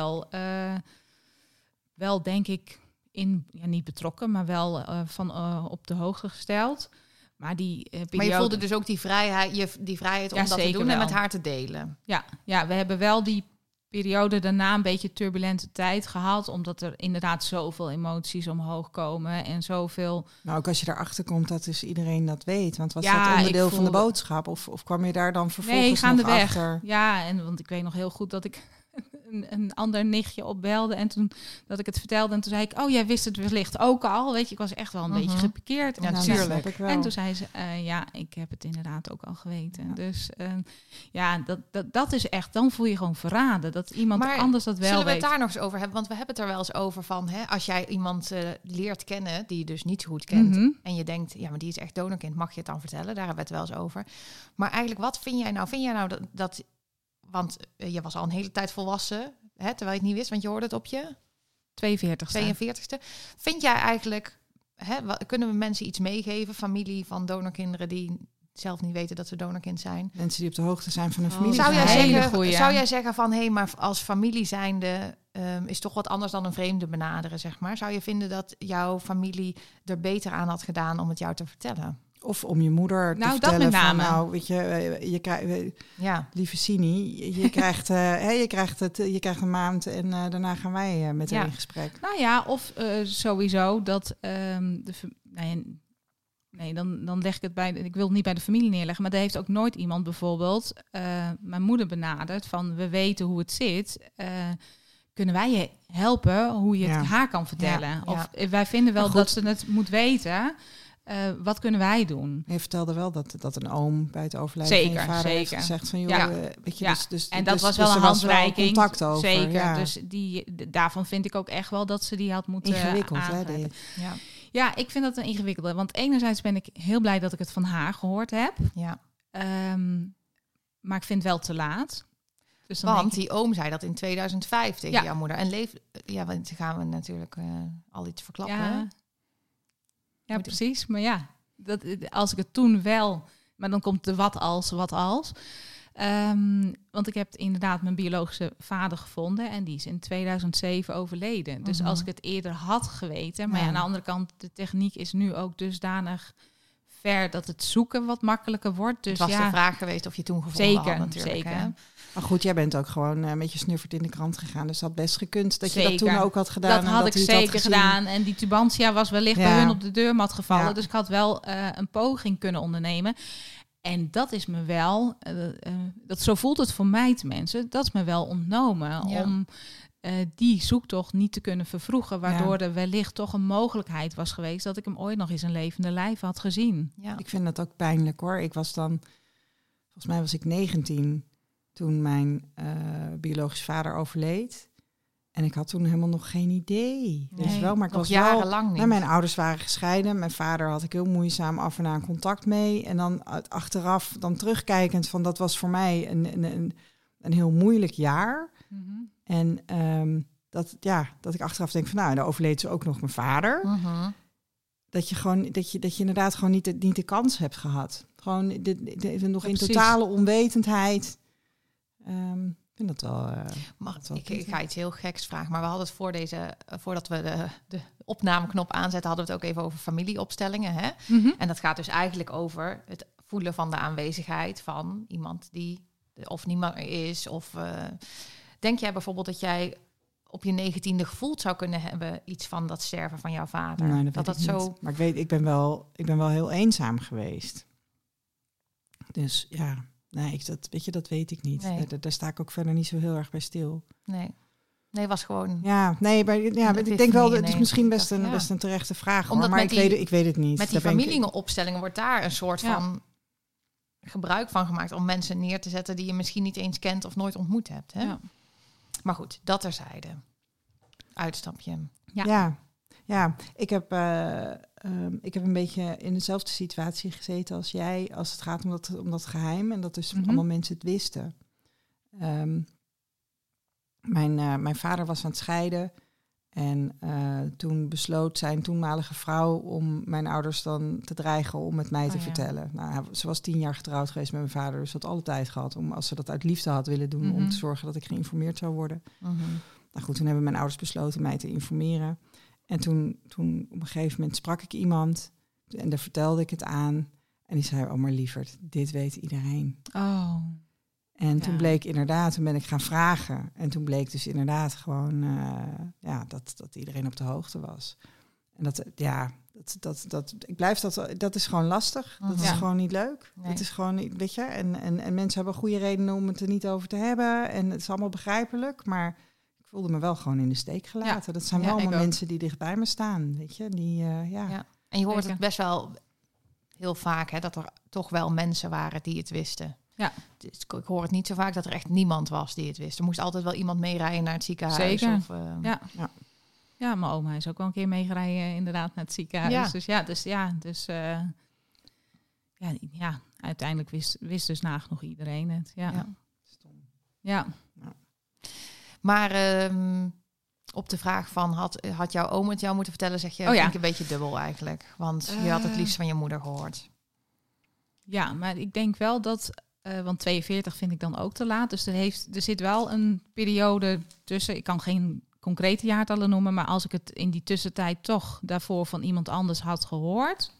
wel denk ik in, niet betrokken, maar wel op de hoogte gesteld. Maar maar je voelde dus ook die vrijheid om dat te doen en met haar te delen. Ja, we hebben wel die periode daarna een beetje turbulente tijd gehad, omdat er inderdaad zoveel emoties omhoog komen en zoveel... Nou, ook als je erachter komt dat dus iedereen dat weet. Want was dat onderdeel van de boodschap? Of kwam je daar dan vervolgens nog achter? Ja, want ik weet nog heel goed dat ik een ander nichtje opbelde. En toen dat ik het vertelde. En toen zei ik, jij wist het wellicht ook al. Weet je, ik was echt wel een beetje gepikeerd. Ja, natuurlijk. En toen zei ze, ik heb het inderdaad ook al geweten. Ja. Dus dat is echt, dan voel je gewoon verraden. Dat iemand anders dat wel weet. Zullen we het daar nog eens over hebben? Want we hebben het er wel eens over van, als jij iemand leert kennen die je dus niet zo goed kent. En je denkt, maar die is echt donorkind, mag je het dan vertellen? Daar hebben we het wel eens over. Maar eigenlijk, wat vind jij nou? Vind jij nou dat want je was al een hele tijd volwassen, terwijl je het niet wist, want je hoorde het op je 42ste. Vind jij eigenlijk, kunnen we mensen iets meegeven, familie van donorkinderen die zelf niet weten dat ze donorkind zijn? Mensen die op de hoogte zijn van hun familie. Zou jij zeggen van, maar als familie zijnde is toch wat anders dan een vreemde benaderen, zeg maar? Zou je vinden dat jouw familie er beter aan had gedaan om het jou te vertellen? Of om je moeder te vertellen dat met name. van, weet je krijgt, lieve Sini, je krijgt een maand en daarna gaan wij met haar in gesprek. Nou ja, of sowieso dat dan leg ik het bij. Ik wil het niet bij de familie neerleggen, maar er heeft ook nooit iemand bijvoorbeeld mijn moeder benaderd van, we weten hoe het zit. Kunnen wij je helpen hoe je het haar kan vertellen? Ja. Of wij vinden wel dat ze het moet weten. Wat kunnen wij doen? Je vertelde wel dat een oom bij het overlijden van je vader heeft gezegd van, joh, weet je, dus en dat was wel een handreiking. Contact over. Zeker, ja. dus daarvan vind ik ook echt wel dat ze die had moeten ingewikkeld, aangrijpen. Ja, ik vind dat een ingewikkelde. Want enerzijds ben ik heel blij dat ik het van haar gehoord heb. Ja. Maar ik vind het wel te laat. Dus want die oom zei dat in 2005 tegen jouw moeder. En want gaan we natuurlijk al iets verklappen. Ja, precies. Maar als ik het toen wel... Maar dan komt de wat als. Want ik heb inderdaad mijn biologische vader gevonden. En die is in 2007 overleden. Dus als ik het eerder had geweten... Maar aan de andere kant, de techniek is nu ook dusdanig ver... dat het zoeken wat makkelijker wordt. Dus het was de vraag geweest of je toen gevonden had natuurlijk. Zeker. Hè? Maar goed, jij bent ook gewoon met je snuffert in de krant gegaan. Dus dat had best gekund dat je dat toen ook had gedaan. Dat had ik zeker gedaan. En die tubantia was wellicht bij hun op de deurmat gevallen. Ja. Dus ik had wel een poging kunnen ondernemen. En dat is me wel, zo voelt het voor mij tenminste, dat is me wel ontnomen. Ja. Om die zoektocht niet te kunnen vervroegen. Waardoor er wellicht toch een mogelijkheid was geweest dat ik hem ooit nog eens in levende lijf had gezien. Ja. Ik vind dat ook pijnlijk hoor. Ik was dan, volgens mij was ik 19... toen mijn biologische vader overleed. En ik had toen helemaal nog geen idee. Nee, dus wel, maar ik nog was jarenlang niet. Mijn ouders waren gescheiden. Mijn vader had ik heel moeizaam af en aan contact mee. En dan achteraf, dan terugkijkend van, dat was voor mij een heel moeilijk jaar. Mm-hmm. En dat ik achteraf denk van, daar overleed ze ook nog mijn vader. Mm-hmm. Dat je inderdaad gewoon niet de kans hebt gehad. Gewoon nog in totale onwetendheid. Ik vind dat wel... Ik ga iets heel geks vragen, maar we hadden het voordat we de opnameknop aanzetten, hadden we het ook even over familieopstellingen. Hè? Mm-hmm. En dat gaat dus eigenlijk over het voelen van de aanwezigheid van iemand die of niet meer is. Of denk jij bijvoorbeeld dat jij op je 19e gevoeld zou kunnen hebben iets van dat sterven van jouw vader? Nee, dat zo. Niet. Maar ik ben wel heel eenzaam geweest. Dus ja. Nee, dat weet ik niet. Nee. Daar sta ik ook verder niet zo heel erg bij stil. Nee, was gewoon... ik denk wel, het is misschien best een terechte vraag. Hoor, maar ik weet het niet. Met die familieopstellingen wordt daar een soort van gebruik van gemaakt om mensen neer te zetten die je misschien niet eens kent of nooit ontmoet hebt. Hè? Ja. Maar goed, dat terzijde. Uitstapje. Ja, ik heb een beetje in dezelfde situatie gezeten als jij, als het gaat om dat geheim en dat dus allemaal mensen het wisten. Mijn vader was aan het scheiden en toen besloot zijn toenmalige vrouw om mijn ouders dan te dreigen om het mij te vertellen. Nou, ze was 10 jaar getrouwd geweest met mijn vader, dus had alle tijd gehad om, als ze dat uit liefde had willen doen, om te zorgen dat ik geïnformeerd zou worden. Nou goed, toen hebben mijn ouders besloten mij te informeren. En toen op een gegeven moment sprak ik iemand en daar vertelde ik het aan. En die zei, maar lieverd, dit weet iedereen. Oh. En toen bleek inderdaad, toen ben ik gaan vragen. En toen bleek dus inderdaad gewoon dat iedereen op de hoogte was. En Dat is gewoon lastig. Dat is gewoon niet leuk. Nee. Dat is gewoon niet, weet je. En mensen hebben goede redenen om het er niet over te hebben. En het is allemaal begrijpelijk. Maar ik voelde me wel gewoon in de steek gelaten. Ja. Dat zijn wel allemaal mensen die dichtbij me staan, weet je. Ja. En je hoort het best wel heel vaak, hè, dat er toch wel mensen waren die het wisten. Ja. Dus ik hoor het niet zo vaak dat er echt niemand was die het wist. Er moest altijd wel iemand meerijden naar het ziekenhuis. Zeker. Of, Ja, mijn oma is ook wel een keer meegereden inderdaad naar het ziekenhuis. Ja. Uiteindelijk wist dus nagenoeg iedereen het. Ja. Stom. Ja. Maar op de vraag van had jouw oom het jou moeten vertellen, zeg je denk ik een beetje dubbel eigenlijk. Want je had het liefst van je moeder gehoord. Ja, maar ik denk wel dat, want 42 vind ik dan ook te laat. Dus er zit wel een periode tussen. Ik kan geen concrete jaartallen noemen, maar als ik het in die tussentijd toch daarvoor van iemand anders had gehoord,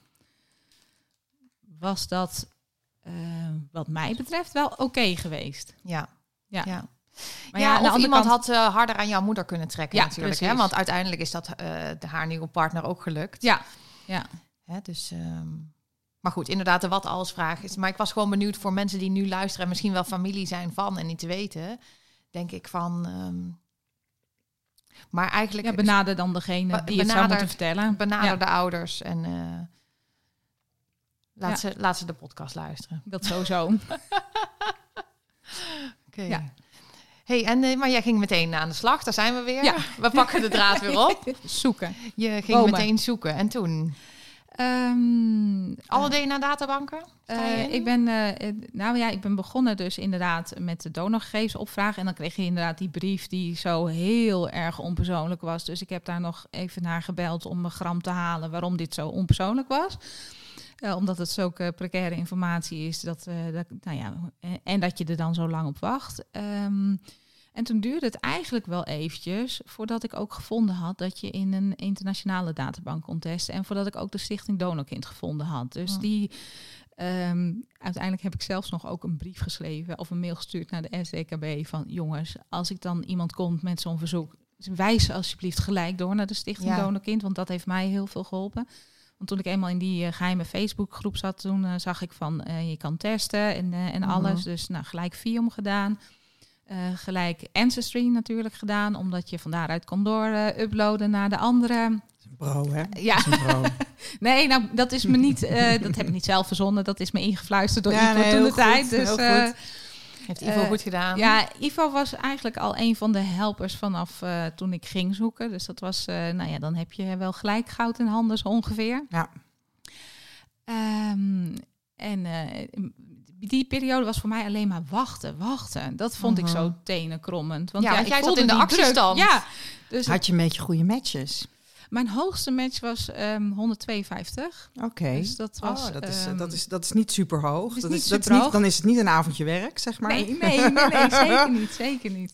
was dat wat mij betreft wel oké geweest. Ja. Maar of iemand had harder aan jouw moeder kunnen trekken natuurlijk. Precies. Hè? Want uiteindelijk is dat haar nieuwe partner ook gelukt. Ja. Hè, dus, maar goed, inderdaad, de wat-als-vraag is. Maar ik was gewoon benieuwd voor mensen die nu luisteren en misschien wel familie zijn van en niet te weten. Denk ik van... maar eigenlijk... benader dan degene die het zou moeten vertellen. Benader de ouders en laat ze de podcast luisteren. Dat sowieso. Oké. Ja. Hey, maar jij ging meteen aan de slag. Daar zijn we weer. Ja. We pakken de draad weer op. Zoeken. Je ging meteen zoeken. En toen? Alle DNA-databanken? Ik ben begonnen dus inderdaad met de donorgegevens opvragen. En dan kreeg je inderdaad die brief die zo heel erg onpersoonlijk was. Dus ik heb daar nog even naar gebeld om een gram te halen waarom dit zo onpersoonlijk was. Omdat het zulke precaire informatie is. En dat je er dan zo lang op wacht. En toen duurde het eigenlijk wel eventjes voordat ik ook gevonden had dat je in een internationale databank kon testen. En voordat ik ook de Stichting Donorkind gevonden had. Dus uiteindelijk heb ik zelfs nog ook een brief geschreven of een mail gestuurd naar de SDKB van jongens, als ik dan iemand komt met zo'n verzoek, wijs alsjeblieft gelijk door naar de Stichting Donorkind. Want dat heeft mij heel veel geholpen. Want toen ik eenmaal in die geheime Facebookgroep zat, toen zag ik van je kan testen en alles. Dus gelijk Viom gedaan. Gelijk Ancestry natuurlijk gedaan, omdat je van daaruit kon uploaden naar de andere. Dat is een bro, hè? Ja. Dat is een bro. Nee, nou, dat is me niet, dat heb ik niet zelf verzonnen. Dat is me ingefluisterd door Ivo toen de tijd. Dus, heeft Ivo goed gedaan? Ja, Ivo was eigenlijk al een van de helpers vanaf toen ik ging zoeken. Dus dat was, dan heb je wel gelijk goud in handen zo ongeveer. Ja. Die periode was voor mij alleen maar wachten. Dat vond ik zo tenenkrommend. Want want ik jij zat in de actiestand. Ja, dus had je een beetje goede matches? Mijn hoogste match was 152. Oké. Dus dat was... dat is niet super hoog. Dan is het niet een avondje werk, zeg maar. Nee, zeker niet.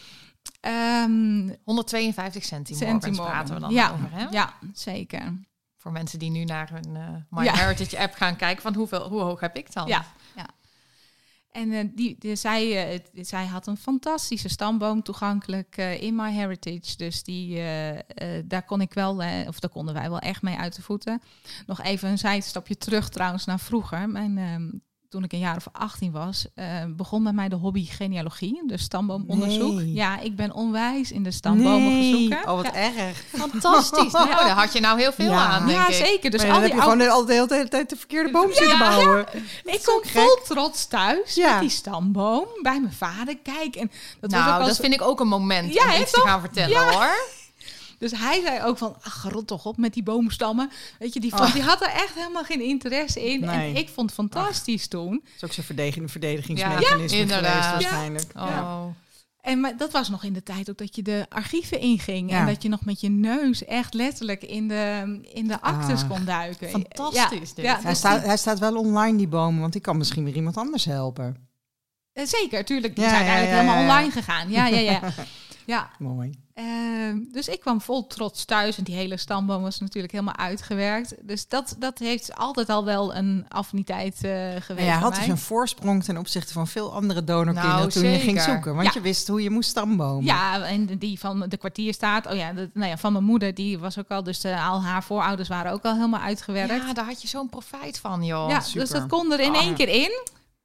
152 centimorgens praten we dan over, hè? Ja, zeker. Voor mensen die nu naar hun MyHeritage app gaan kijken van hoe hoog heb ik dan? Ja. En zij had een fantastische stamboom toegankelijk in MyHeritage. Dus daar konden wij wel echt mee uit de voeten. Nog even een zijstapje terug trouwens naar vroeger. Toen ik een jaar of 18 was, begon bij mij de hobby genealogie, dus stamboomonderzoek. Nee. Ja, ik ben onwijs in de stambomen gezoeken. Oh, wat erg. Fantastisch. Nou, daar had je nou heel veel aan, denk ik. Zeker. Dus maar dan heb je gewoon de hele tijd de verkeerde boom zitten bouwen. Ja. Ik kom vol trots thuis met die stamboom bij mijn vader. Kijk, en dat vind ik ook een moment om iets te gaan vertellen, hoor. Dus hij zei ook van, rot toch op met die boomstammen. Weet je, die had er echt helemaal geen interesse in. Nee. En ik vond het fantastisch toen. Dat is ook zo'n verdedigingsmechanisme geweest waarschijnlijk. Ja. Oh. Maar dat was nog in de tijd ook dat je de archieven inging. En dat je nog met je neus echt letterlijk in de actes kon duiken. Fantastisch dit. Ja, hij staat wel online, die bomen, want ik kan misschien weer iemand anders helpen. Zeker, tuurlijk. Die zijn eigenlijk helemaal online gegaan. Ja. Ja. Mooi. Dus ik kwam vol trots thuis. En die hele stamboom was natuurlijk helemaal uitgewerkt. Dus dat heeft altijd al wel een affiniteit geweest. Maar jij had dus een voorsprong ten opzichte van veel andere donorkinderen toen je ging zoeken. Want je wist hoe je moest stambomen. Ja, en die van de kwartierstaat. Van mijn moeder, die was ook al. Dus al haar voorouders waren ook al helemaal uitgewerkt. Ja, daar had je zo'n profijt van, joh. Ja, super. dus dat kon er in één keer in.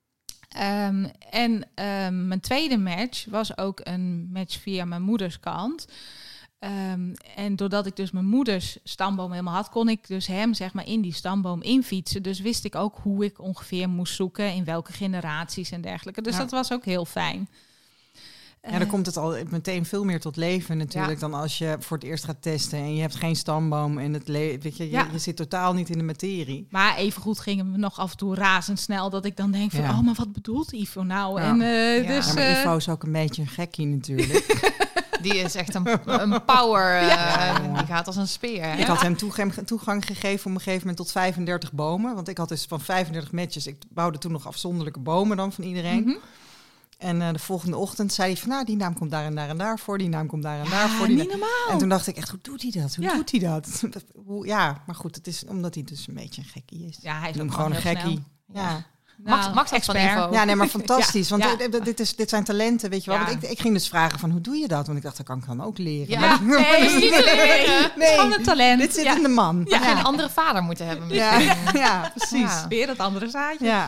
Mijn tweede match was ook een match via mijn moeders kant. En doordat ik dus mijn moeders stamboom helemaal had, kon ik dus hem zeg maar in die stamboom infietsen. Dus wist ik ook hoe ik ongeveer moest zoeken, in welke generaties en dergelijke. Dus dat was ook heel fijn. Ja, dan komt het al meteen veel meer tot leven natuurlijk dan als je voor het eerst gaat testen en je hebt geen stamboom en je zit totaal niet in de materie. Maar evengoed gingen we nog af en toe razendsnel dat ik dan denk van, oh, maar wat bedoelt Ivo nou? Ja. En, maar Ivo is ook een beetje een gekkie natuurlijk. Die is echt een power. Die gaat als een speer. Hè? Ik had hem toegang gegeven op een gegeven moment tot 35 bomen. Want ik had dus van 35 matches. Ik bouwde toen nog afzonderlijke bomen dan van iedereen. Mm-hmm. En de volgende ochtend zei hij van, nou, die naam komt daar en daar en daar voor. Die naam komt daar en daar voor. Niet normaal. En toen dacht ik echt, hoe doet hij dat? Hoe doet hij dat? Ja, maar goed, het is omdat hij dus een beetje een gekkie is. Ja, hij is ook gewoon een gekkie. Snel. Ja. Max echt van info. Ja, nee, maar fantastisch. Want dit zijn talenten, weet je wel. Ja. Want ik ging dus vragen van, hoe doe je dat? Want ik dacht, dat kan ik dan ook leren. Ja. Maar Nee, is niet te leren. Het is gewoon een talent. Dit zit in de man. Ja, een andere vader moeten hebben Ja, misschien. ja, precies. Ja. Weer dat andere zaadje. Ja.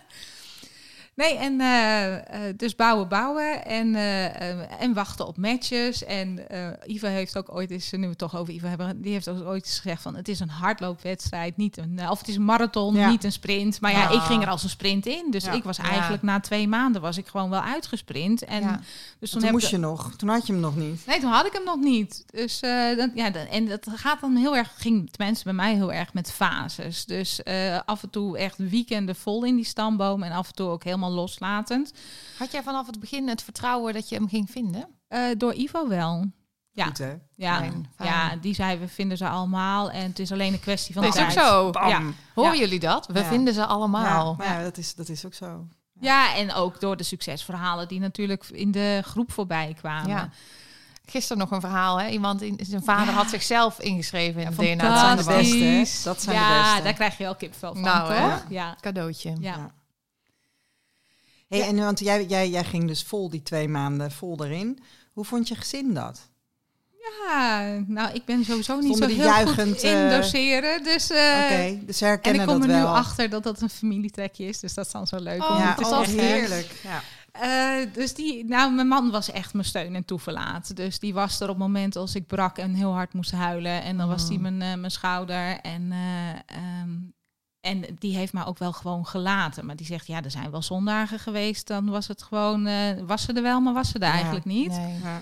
Nee, en dus bouwen en wachten op matches. En Ivo heeft ook ooit eens, nu we het toch over Ivo hebben, die heeft ook ooit eens gezegd van, het is een hardloopwedstrijd, of het is een marathon, niet een sprint. Maar ik ging er als een sprint in. Dus ik was eigenlijk na 2 maanden was ik gewoon wel uitgesprint. En dus toen moest je nog. Toen had je hem nog niet. Nee, toen had ik hem nog niet. Dus en dat gaat dan heel erg, ging tenminste bij mij heel erg met fases. Dus af en toe echt weekenden vol in die stamboom en af en toe ook helemaal loslatend. Had jij vanaf het begin het vertrouwen dat je hem ging vinden? Door Ivo wel. Ja. Goed, hè? Ja. Fijn. Ja, die zei, we vinden ze allemaal. En het is alleen een kwestie van Dat is ook tijd. zo. Ja. Horen jullie dat? We vinden ze allemaal. Ja, dat is ook zo. Ja, en ook door de succesverhalen die natuurlijk in de groep voorbij kwamen. Ja. Gisteren nog een verhaal, hè? Iemand, zijn vader had zichzelf ingeschreven in de DNA. Dat zijn de beste, hè? Fantastisch. Dat zijn de beste. Daar krijg je wel kipvel van, Nou, hè? toch? Ja. Cadeautje. Ja. Hey, en want jij ging dus vol die 2 maanden vol erin. Hoe vond je gezin dat? Ja, nou, ik ben sowieso niet Stonden zo die heel juichend, goed in doseren. Dus, Oké, dus ze herkennen en ik kom dat er nu wel. achter dat dat een familietrekje is. Dus dat is dan zo leuk. Om Ja, te zeggen. heerlijk. Ja. Dus mijn man was echt mijn steun en toeverlaat. Dus die was er op het moment als ik brak en heel hard moest huilen. En dan was die mijn schouder. En die heeft me ook wel gewoon gelaten. Maar die zegt, ja, er zijn wel zondagen geweest. Dan was het gewoon, was ze er wel, maar was ze er eigenlijk niet. Nee. Ja.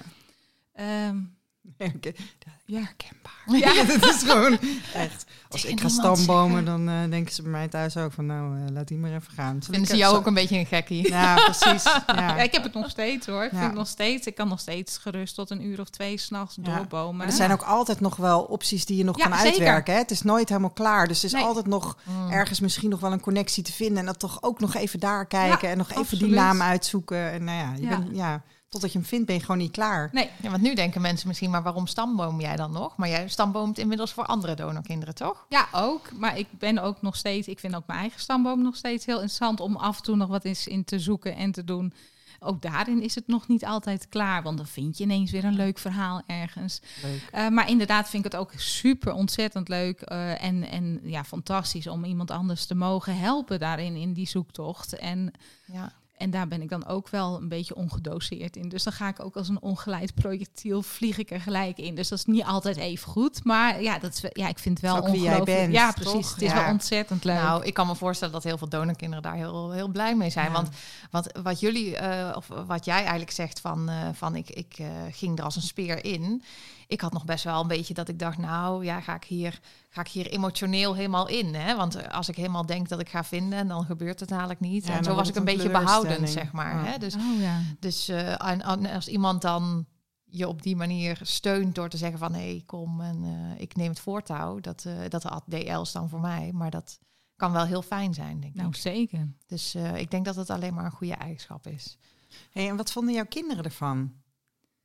Herkenbaar. Ja. Dat is gewoon echt. Als Tegen ik ga niemand stambomen, dan denken ze bij mij thuis ook van, nou, laat die maar even gaan. Vinden ze jou ook een beetje een gekkie? Ja, precies. Ja. Ja, ik heb het nog steeds hoor. Ik Ja. vind het nog steeds. Ik kan nog steeds gerust tot 1 uur of 2 s'nachts doorbomen. Maar er zijn ook altijd nog wel opties die je nog kan zeker. uitwerken. Hè? Het is nooit helemaal klaar. Dus er is Nee. altijd nog ergens misschien nog wel een connectie te vinden. En dat toch ook nog even daar kijken. En nog even absoluut. die naam uitzoeken. En nou ja, Ja. bent, totdat je hem vindt, ben je gewoon niet klaar. Nee. Ja, want nu denken mensen misschien, maar waarom stamboom jij dan nog? Maar jij stamboomt inmiddels voor andere donorkinderen, toch? Ja, ook. Maar ik ben ook nog steeds... Ik vind ook mijn eigen stamboom nog steeds heel interessant... om af en toe nog wat eens in te zoeken en te doen. Ook daarin is het nog niet altijd klaar. Want dan vind je ineens weer een leuk verhaal ergens. Leuk. Maar inderdaad vind ik het ook super ontzettend leuk. En fantastisch om iemand anders te mogen helpen daarin, in die zoektocht. En daar ben ik dan ook wel een beetje ongedoseerd in. Dus dan ga ik ook als een ongeleid projectiel vlieg ik er gelijk in. Dus dat is niet altijd even goed. Maar ja, ik vind het wel ook wie jij ongelooflijk. bent, Ja, precies. toch? Het is Ja. wel ontzettend leuk. Nou, ik kan me voorstellen dat heel veel donorkinderen daar heel, heel blij mee zijn. Ja. Want wat jullie, of wat jij eigenlijk zegt van ik ging er als een speer in. Ik had nog best wel een beetje dat ik dacht, nou ja, ga ik hier emotioneel helemaal in. Hè? Want als ik helemaal denk dat ik ga vinden, dan gebeurt het eigenlijk niet. Ja, en dan zo was wordt ik het een een beetje behoudend, teleurstelling. zeg maar. Ja. Hè? Dus, Oh ja. en als iemand dan je op die manier steunt door te zeggen van, hé, kom en ik neem het voortouw. Dat had DL's dan voor mij, maar dat kan wel heel fijn zijn, denk Nou, ik. zeker. Dus ik denk dat het alleen maar een goede eigenschap is. Hey, en wat vonden jouw kinderen ervan?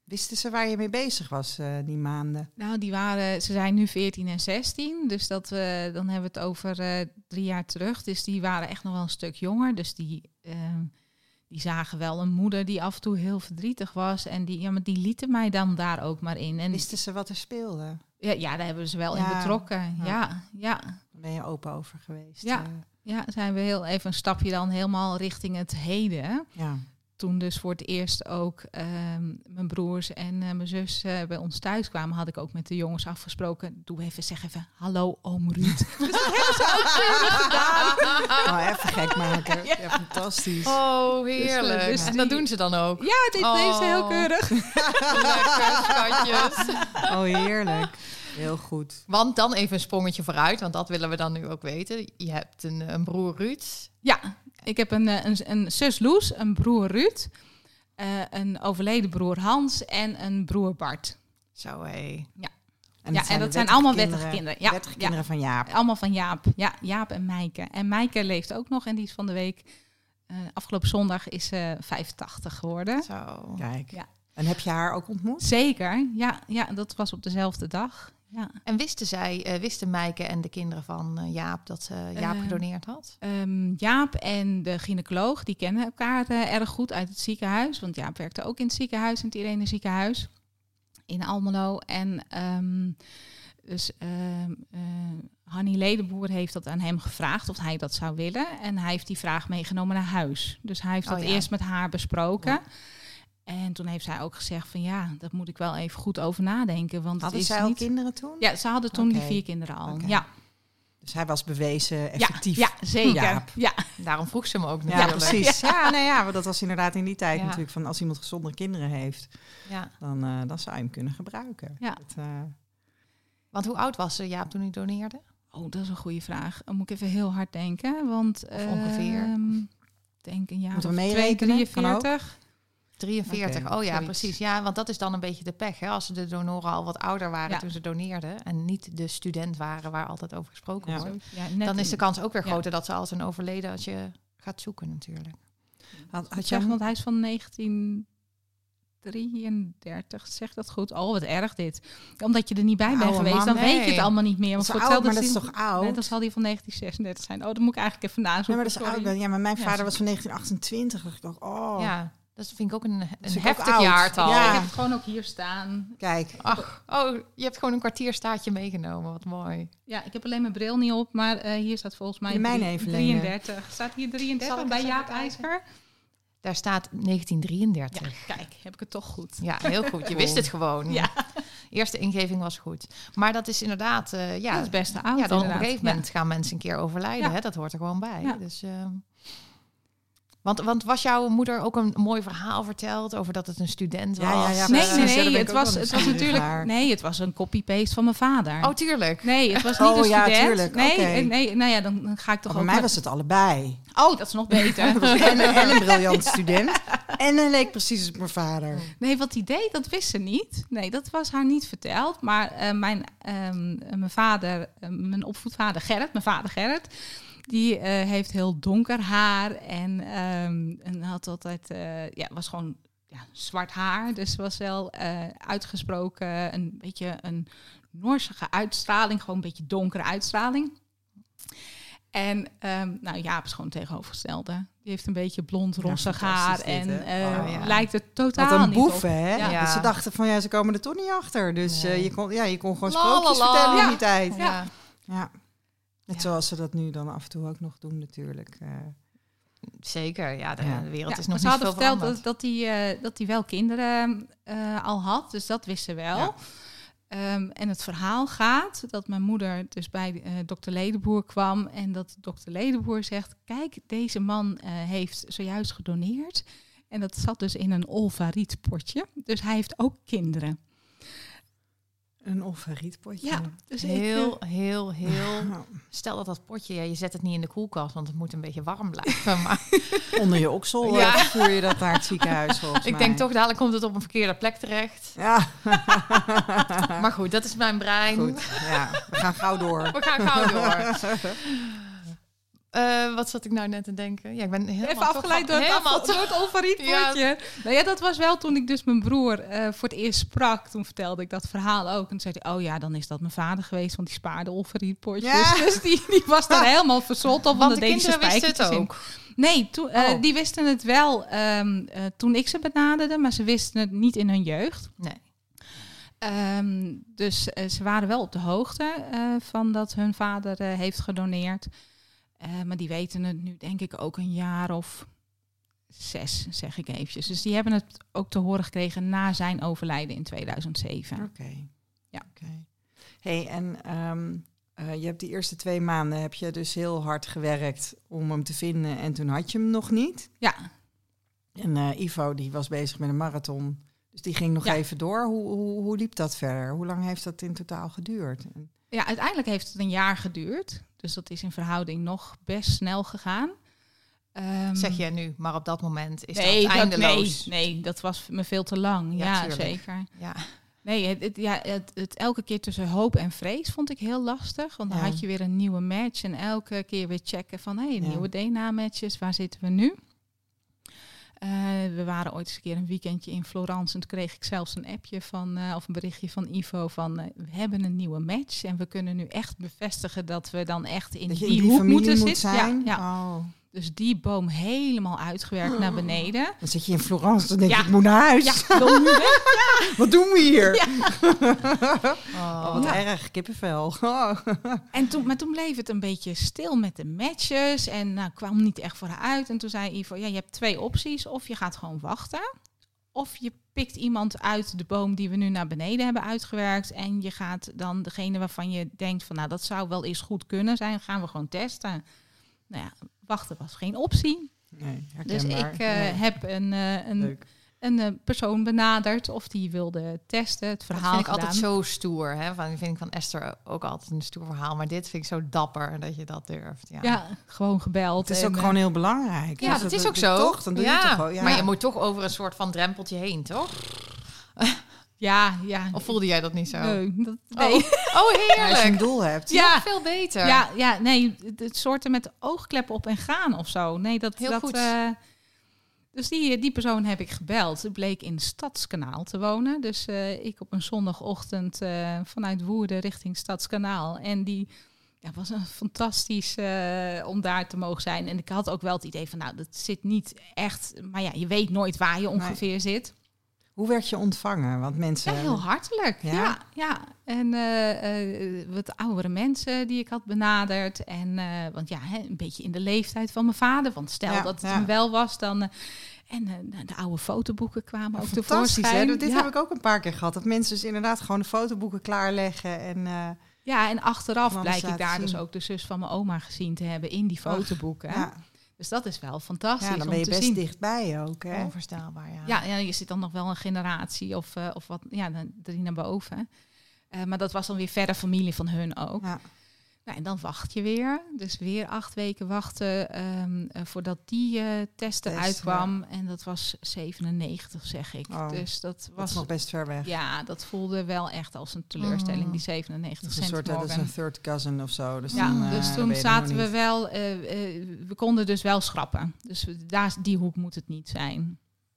Wisten ze waar je mee bezig was die maanden? Nou, ze zijn nu 14 en 16. Dus dan hebben we het over 3 jaar terug. Dus die waren echt nog wel een stuk jonger. Dus die zagen wel een moeder die af en toe heel verdrietig was. En die lieten mij dan daar ook maar in. En wisten ze wat er speelde? Ja, daar hebben ze wel in betrokken. Ja. Daar ben je open over geweest. Ja, zijn we heel even een stapje dan helemaal richting het heden. Ja. Toen dus voor het eerst ook mijn broers en mijn zus bij ons thuis kwamen, had ik ook met de jongens afgesproken. Zeg even, hallo oom Ruud. Dus dat hebben ze ook gedaan. Even gek maken. Ja, fantastisch. Oh, heerlijk. Dus en dat doen ze dan ook? Ja, dit deed ze heel keurig. Lekker, schatjes. Oh, heerlijk. Heel goed. Want dan even een sprongetje vooruit, want dat willen we dan nu ook weten. Je hebt een broer Ruud. Ja, ik heb een zus Loes, een broer Ruud, een overleden broer Hans en een broer Bart. Zo, hé. Ja. En dat zijn allemaal wettige kinderen. Ja, wettige kinderen van Jaap. Allemaal van Jaap. Ja, Jaap en Mijke. En Mijke leeft ook nog en die is van de week, afgelopen zondag is 85 geworden. Zo. Kijk. Ja. En heb je haar ook ontmoet? Zeker, ja, dat was op dezelfde dag. Ja. En wisten Mijke en de kinderen van Jaap dat Jaap gedoneerd had? Jaap en de gynaecoloog, die kennen elkaar erg goed uit het ziekenhuis. Want Jaap werkte ook in het ziekenhuis, in het Irene ziekenhuis in Almelo. En Hannie Ledenboer heeft dat aan hem gevraagd of hij dat zou willen. En hij heeft die vraag meegenomen naar huis. Dus hij heeft dat eerst met haar besproken. Ja. En toen heeft zij ook gezegd van dat moet ik wel even goed over nadenken. Want hadden het is zij al niet... kinderen toen? Ja, ze hadden toen die 4 kinderen al. Okay. Ja. Dus hij was bewezen effectief. Ja, zeker. Ja. Daarom vroeg ze me ook natuurlijk. Ja, precies. Ja, want dat was inderdaad in die tijd natuurlijk van als iemand gezonde kinderen heeft, dan zou je hem kunnen gebruiken. Ja. Want hoe oud was Jaap toen hij doneerde? Oh, dat is een goede vraag. Dan moet ik even heel hard denken. Want ongeveer? Denk een jaar of 43. 43, okay, oh ja, precies. Ja, want dat is dan een beetje de pech. Hè? Als de donoren al wat ouder waren toen ze doneerden en niet de student waren waar altijd over gesproken wordt, dan is de kans ook weer groter dat ze als een overleden als je gaat zoeken natuurlijk. Had je want hij is van 1933, zeg dat goed? Oh, wat erg dit. Omdat je er niet bij bent geweest, dan weet je het allemaal niet meer. Want dat is oud, maar dat is toch oud? Nee, dan zal die van 1936 zijn. Oh, dat moet ik eigenlijk even nazoeken. Ja, maar dat is oud. Ja, maar mijn vader was van 1928. Dat ik dacht, Ja, dat vind ik ook een heftig jaartal. Ja. Ik heb het gewoon ook hier staan. Kijk. Ach, je hebt gewoon een kwartierstaartje meegenomen. Wat mooi. Ja, ik heb alleen mijn bril niet op, maar hier staat volgens mij 33. Staat hier 33 bij Jaap IJzer? Daar staat 1933. Ja, kijk, heb ik het toch goed. Ja, heel goed. Je wist het gewoon. Ja. Eerste ingeving was goed. Maar dat is inderdaad... dat is best oud. Ja, dan op een gegeven moment gaan mensen een keer overlijden. Ja. Hè? Dat hoort er gewoon bij. Ja. Dus... Want was jouw moeder ook een mooi verhaal verteld over dat het een student was? Ja, nee, het was natuurlijk... Nee, het was een copy-paste van mijn vader. Oh, tuurlijk. Nee, het was niet een student. Ja, tuurlijk. Nee, nou ja, dan ga ik toch ook... Bij mij was het allebei. Oh, dat is nog beter. en een briljant student. En hij leek precies als mijn vader. Nee, wat hij deed, dat wist ze niet. Nee, dat was haar niet verteld. Maar mijn vader, mijn opvoedvader Gerrit, mijn vader Gerrit... Die heeft heel donker haar en had altijd, was gewoon zwart haar. Dus was wel uitgesproken een beetje een Noorsige uitstraling, gewoon een beetje donkere uitstraling. En Jaap is gewoon tegenovergestelde. Die heeft een beetje blond, rossig haar en lijkt het totaal wat een niet boef, op. Hè? Ja. Ja. Ze dachten van ze komen er toch niet achter. Dus je kon gewoon sprookjes vertellen in die tijd. Ja. Net zoals ze dat nu dan af en toe ook nog doen natuurlijk. Zeker, de wereld is nog niet veel veranderd. Ze hadden verteld dat hij wel kinderen al had, dus dat wist ze wel. Ja. En het verhaal gaat dat mijn moeder dus bij dokter Ledenboer kwam en dat dokter Ledenboer zegt, kijk, deze man heeft zojuist gedoneerd. En dat zat dus in een olfarietpotje, dus hij heeft ook kinderen. Een olfarietpotje. Ja, dus heel. Stel dat potje, je zet het niet in de koelkast, want het moet een beetje warm blijven. Maar onder je oksel voer je dat naar het ziekenhuis volgens mij. Ik denk toch, dadelijk komt het op een verkeerde plek terecht. Ja. Maar goed, dat is mijn brein. Goed, we gaan gauw door. Wat zat ik nou net te denken? Ja, ik ben helemaal even afgeleid door het Olfariet-potje. Ja. Nou ja, dat was wel toen ik dus mijn broer voor het eerst sprak. Toen vertelde ik dat verhaal ook. En toen zei hij, oh ja, dan is dat mijn vader geweest, want die spaarde Olfariet-potjes. Ja. Dus die was daar helemaal verzot op. Want de kinderen wisten het ook? Nee, die wisten het wel toen ik ze benaderde, maar ze wisten het niet in hun jeugd. Nee. Dus ze waren wel op de hoogte van dat hun vader heeft gedoneerd. Maar die weten het nu denk ik ook een jaar of 6, zeg ik eventjes. Dus die hebben het ook te horen gekregen na zijn overlijden in 2007. Oké. Ja. Okay. Hey, en je hebt die eerste 2 maanden heb je dus heel hard gewerkt om hem te vinden en toen had je hem nog niet. Ja. En Ivo die was bezig met een marathon, dus die ging nog even door. Hoe liep dat verder? Hoe lang heeft dat in totaal geduurd? Ja, uiteindelijk heeft het een jaar geduurd. Dus dat is in verhouding nog best snel gegaan. Zeg jij nu, maar op dat moment is dat eindeloos. Nee, dat was me veel te lang. Ja zeker. Ja. Nee, het elke keer tussen hoop en vrees vond ik heel lastig. Want dan had je weer een nieuwe match en elke keer weer checken van nieuwe DNA-matches, waar zitten we nu? We waren ooit eens een keer een weekendje in Florence en toen kreeg ik zelfs een appje of een berichtje van Ivo van we hebben een nieuwe match en we kunnen nu echt bevestigen dat we dan echt in die hoek moeten zitten. Ja. Oh. Dus die boom helemaal uitgewerkt naar beneden. Dan zit je in Florence, dan denk ik moet naar huis. Ja, dan Wat doen we hier? Ja. Wat erg, kippenvel. Maar toen bleef het een beetje stil met de matches en kwam niet echt vooruit. En toen zei Ivo, je hebt 2 opties. Of je gaat gewoon wachten. Of je pikt iemand uit de boom die we nu naar beneden hebben uitgewerkt. En je gaat dan degene waarvan je denkt van dat zou wel eens goed kunnen zijn. Gaan we gewoon testen. Nou ja, wachten was geen optie. Nee, dus ik heb een persoon benaderd of die wilde testen, het verhaal dat vind ik gedaan. altijd zo stoer. Hè? Vind ik van Esther ook altijd een stoer verhaal. Maar dit vind ik zo dapper dat je dat durft. Ja, gewoon gebeld. Het is ook gewoon heel belangrijk. Ja, dat is ook zo. Toch, dan doe je het toch gewoon. Ja. Maar je moet toch over een soort van drempeltje heen, toch? Ja. Of voelde jij dat niet zo? Nee. Oh, heerlijk. Als je een doel hebt. Ja, veel beter. Ja, nee, het soorten met oogkleppen op en gaan of zo. Nee, heel goed. Dus die persoon heb ik gebeld. Ze bleek in Stadskanaal te wonen. Dus ik op een zondagochtend vanuit Woerden richting Stadskanaal. En die was een fantastisch om daar te mogen zijn. En ik had ook wel het idee van, dat zit niet echt. Maar ja, je weet nooit waar je ongeveer zit. Hoe werd je ontvangen? Want mensen... Ja, heel hartelijk. Ja. En wat oudere mensen die ik had benaderd. En want een beetje in de leeftijd van mijn vader. Want stel dat het hem wel was, dan... de oude fotoboeken kwamen ook tevoorschijn. Hè? Dit heb ik ook een paar keer gehad. Dat mensen dus inderdaad gewoon de fotoboeken klaarleggen. En achteraf blijk ik daar dus ook de zus van mijn oma gezien te hebben in die fotoboeken. Ja. Dus dat is wel fantastisch. Ja, dan ben je best zien. Dichtbij ook. Hè? Onvoorstelbaar, ja, je zit dan nog wel een generatie of wat, 3 naar boven. Maar dat was dan weer verder familie van hun ook. Ja. Nou, en dan wacht je weer. Dus weer 8 weken wachten voordat die testen uitkwam. Ja. En dat was 97, zeg ik. Oh, dus dat was nog best ver weg. Ja, dat voelde wel echt als een teleurstelling, die 97 cent. Dat is een third cousin of zo. Dus dus toen zaten we wel... we konden dus wel schrappen. Dus die hoek moet het niet zijn.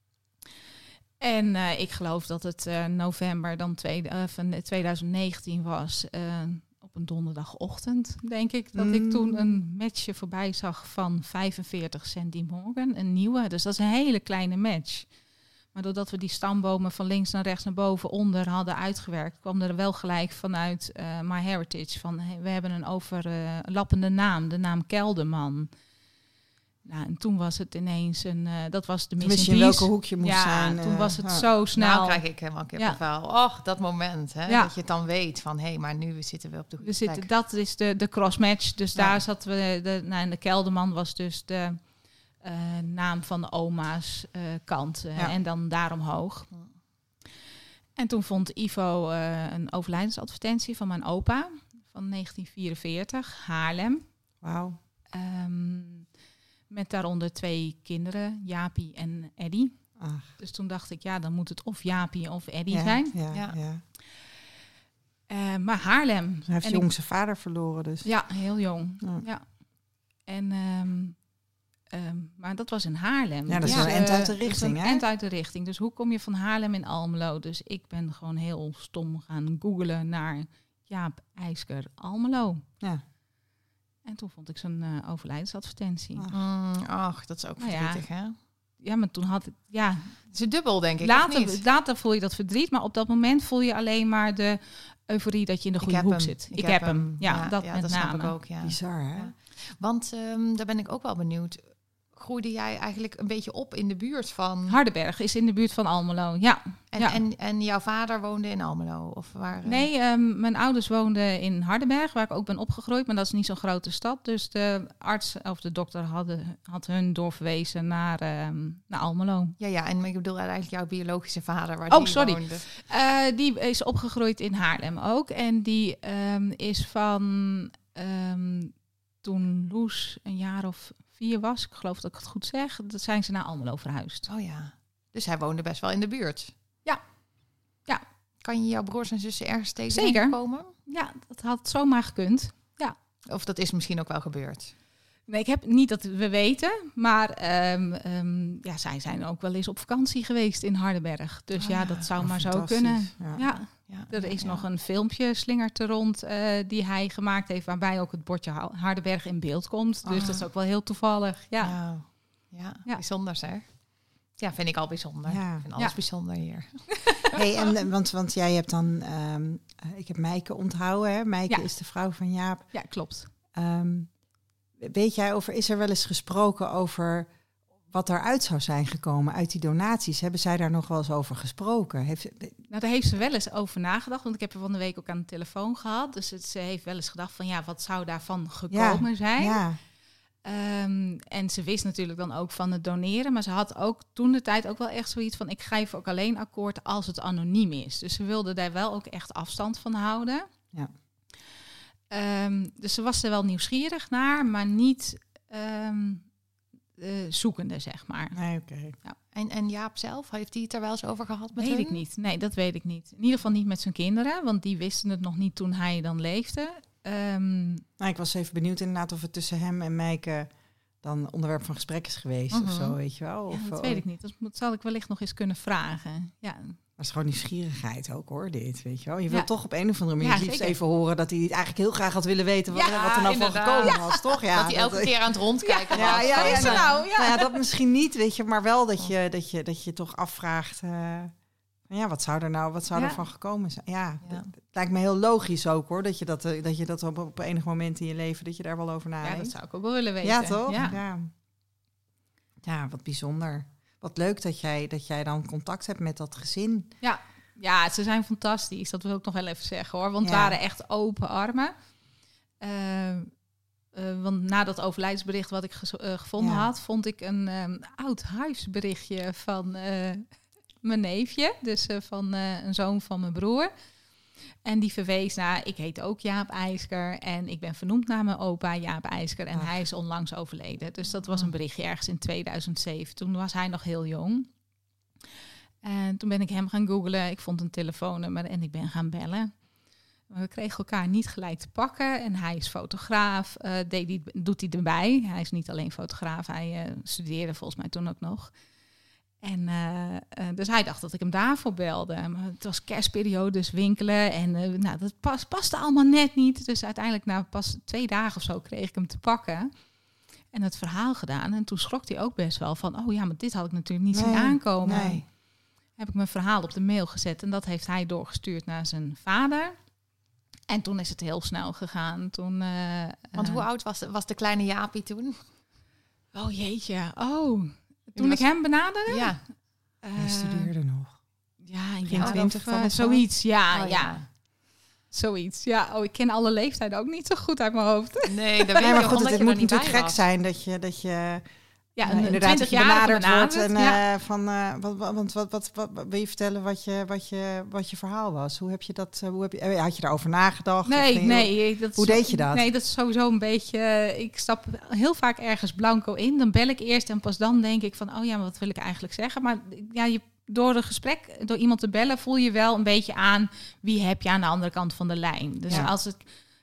En ik geloof dat het november dan 2019 was... op een donderdagochtend, denk ik, dat ik toen een matchje voorbij zag van 45 Sandy Morgan, een nieuwe. Dus dat is een hele kleine match. Maar doordat we die stambomen van links naar rechts naar boven onder hadden uitgewerkt, kwam er wel gelijk vanuit MyHeritage van we hebben een overlappende naam, de naam Kelderman. Nou, en toen was het ineens dat was de missie. In welke hoek je moest zijn. Toen was het zo snel. Nou krijg ik helemaal kippenvel. Och, dat moment, hè, dat je het dan weet van, maar nu zitten we op de goede plek. Dat is de crossmatch. Dus daar zaten we. De Kelderman was dus de naam van de oma's kant. En dan daaromhoog. En toen vond Ivo een overlijdensadvertentie van mijn opa van 1944, Haarlem. Wauw. Met daaronder 2 kinderen, Jaapie en Eddie. Ach. Dus toen dacht ik, dan moet het of Jaapie of Eddie zijn. Ja. Maar Haarlem. Hij heeft jong zijn vader verloren dus. Ja, heel jong. Ja. En, maar dat was in Haarlem. Ja, dat is wel een eind uit de richting, hè? Eind uit de richting. Dus hoe kom je van Haarlem in Almelo? Dus ik ben gewoon heel stom gaan googlen naar Jaap Eysker Almelo. Ja. En toen vond ik zijn overlijdensadvertentie. Ach, dat is ook verdrietig, hè? Ja, maar toen had ik... Ja, het is dubbel, denk ik. Later voel je dat verdriet, maar op dat moment voel je alleen maar de euforie dat je in de goede hoek zit. Ik heb hem. Ja, dat snap ik ook. Ja. Bizar, hè? Ja. Want daar ben ik ook wel benieuwd. Groeide jij eigenlijk een beetje op in de buurt van... Hardenberg is in de buurt van Almelo, ja. En jouw vader woonde in Almelo? Of waar, Nee, mijn ouders woonden in Hardenberg, waar ik ook ben opgegroeid. Maar dat is niet zo'n grote stad. Dus de arts of de dokter had hun doorverwezen naar Almelo. Ja, en ik bedoel eigenlijk jouw biologische vader, waar die woonde. Die is opgegroeid in Haarlem ook. En die is van toen Loes een jaar of 4 was, ik geloof dat ik het goed zeg, dat zijn ze naar Almelo verhuisd. Oh ja, dus hij woonde best wel in de buurt. Ja. Kan je jouw broers en zussen ergens tegenkomen? Ja, dat had zomaar gekund. Ja. Of dat is misschien ook wel gebeurd? Nee, ik heb niet dat we weten, maar zij zijn ook wel eens op vakantie geweest in Hardenberg. Dus dat zou maar zo kunnen. Ja. Er is nog een filmpje, slingert er rond, die hij gemaakt heeft, waarbij ook het bordje Hardenberg in beeld komt. Dus dat is ook wel heel toevallig. Ja, bijzonder zeg. Ja, vind ik al bijzonder. Ja. Ik vind alles bijzonder hier. Hey, want jij hebt dan... ik heb Meike onthouden, hè? Meike is de vrouw van Jaap. Ja, klopt. Weet jij is er wel eens gesproken over wat eruit zou zijn gekomen uit die donaties? Hebben zij daar nog wel eens over gesproken? Daar heeft ze wel eens over nagedacht, want ik heb haar van de week ook aan de telefoon gehad. Dus ze heeft wel eens gedacht van wat zou daarvan gekomen zijn? Ja. En ze wist natuurlijk dan ook van het doneren, maar ze had ook toen de tijd ook wel echt zoiets van ik geef ook alleen akkoord als het anoniem is. Dus ze wilde daar wel ook echt afstand van houden. Ja. Dus ze was er wel nieuwsgierig naar, maar niet zoekende, zeg maar. Nee, oké. Ja. En Jaap zelf, heeft hij het er wel eens over gehad met Weet ik niet. Nee, dat weet ik niet. In ieder geval niet met zijn kinderen, want die wisten het nog niet toen hij dan leefde. Ik was even benieuwd inderdaad of het tussen hem en Meike dan onderwerp van gesprek is geweest of zo, weet je wel. Of, dat weet ik niet. Dat zal ik wellicht nog eens kunnen vragen. Ja. Maar het is gewoon nieuwsgierigheid ook hoor, dit, weet je wel. Je wil toch op een of andere manier liefst even horen dat hij het eigenlijk heel graag had willen weten wat er nou inderdaad van gekomen was, toch? Ja, dat hij elke keer aan het rondkijken was. Ja, dat misschien niet, weet je, maar wel dat je toch afvraagt... wat zou er van gekomen zijn? Ja, het lijkt me heel logisch ook hoor, dat je dat op enig moment in je leven, dat je daar wel over nadenkt. Ja, dat zou ik ook wel willen weten. Ja, toch? Ja, wat bijzonder. Wat leuk dat jij dan contact hebt met dat gezin. Ja, ze zijn fantastisch. Dat wil ik nog wel even zeggen hoor. Want het waren echt open armen. Want na dat overlijdensbericht wat ik gevonden had, vond ik een oud huisberichtje van mijn neefje. Dus van een zoon van mijn broer. En die verwees naar, ik heet ook Jaap Eysker en ik ben vernoemd naar mijn opa Jaap Eysker en hij is onlangs overleden. Dus dat was een berichtje ergens in 2007. Toen was hij nog heel jong. En toen ben ik hem gaan googlen. Ik vond een telefoonnummer en ik ben gaan bellen. Maar we kregen elkaar niet gelijk te pakken en hij is fotograaf. Doet hij erbij. Hij is niet alleen fotograaf, hij studeerde volgens mij toen ook nog. En dus hij dacht dat ik hem daarvoor belde. Maar het was kerstperiode, dus winkelen. En dat paste allemaal net niet. Dus uiteindelijk na pas 2 dagen of zo kreeg ik hem te pakken. En het verhaal gedaan. En toen schrok hij ook best wel van... maar dit had ik natuurlijk niet zien aankomen. Nee. Heb ik mijn verhaal op de mail gezet. En dat heeft hij doorgestuurd naar zijn vader. En toen is het heel snel gegaan. Want hoe oud was de kleine Jaapie toen? Oh jeetje, Toen ik hem benaderde? Ja. Hij studeerde nog. Ja, in 20 van zoiets. Ja. Zoiets. Ja, ik ken alle leeftijden ook niet zo goed uit mijn hoofd. Nee, dat weet ik maar goed, het moet natuurlijk gek zijn dat je inderdaad dat je benaderd wordt en wat wil je vertellen wat je verhaal was? Hoe heb je dat? Had je daarover nagedacht? Nee. Hoe deed je dat? Nee, dat is sowieso een beetje. Ik stap heel vaak ergens blanco in, dan bel ik eerst en pas dan denk ik van, maar wat wil ik eigenlijk zeggen? Maar door een gesprek, door iemand te bellen, voel je wel een beetje aan wie heb je aan de andere kant van de lijn. Dus als het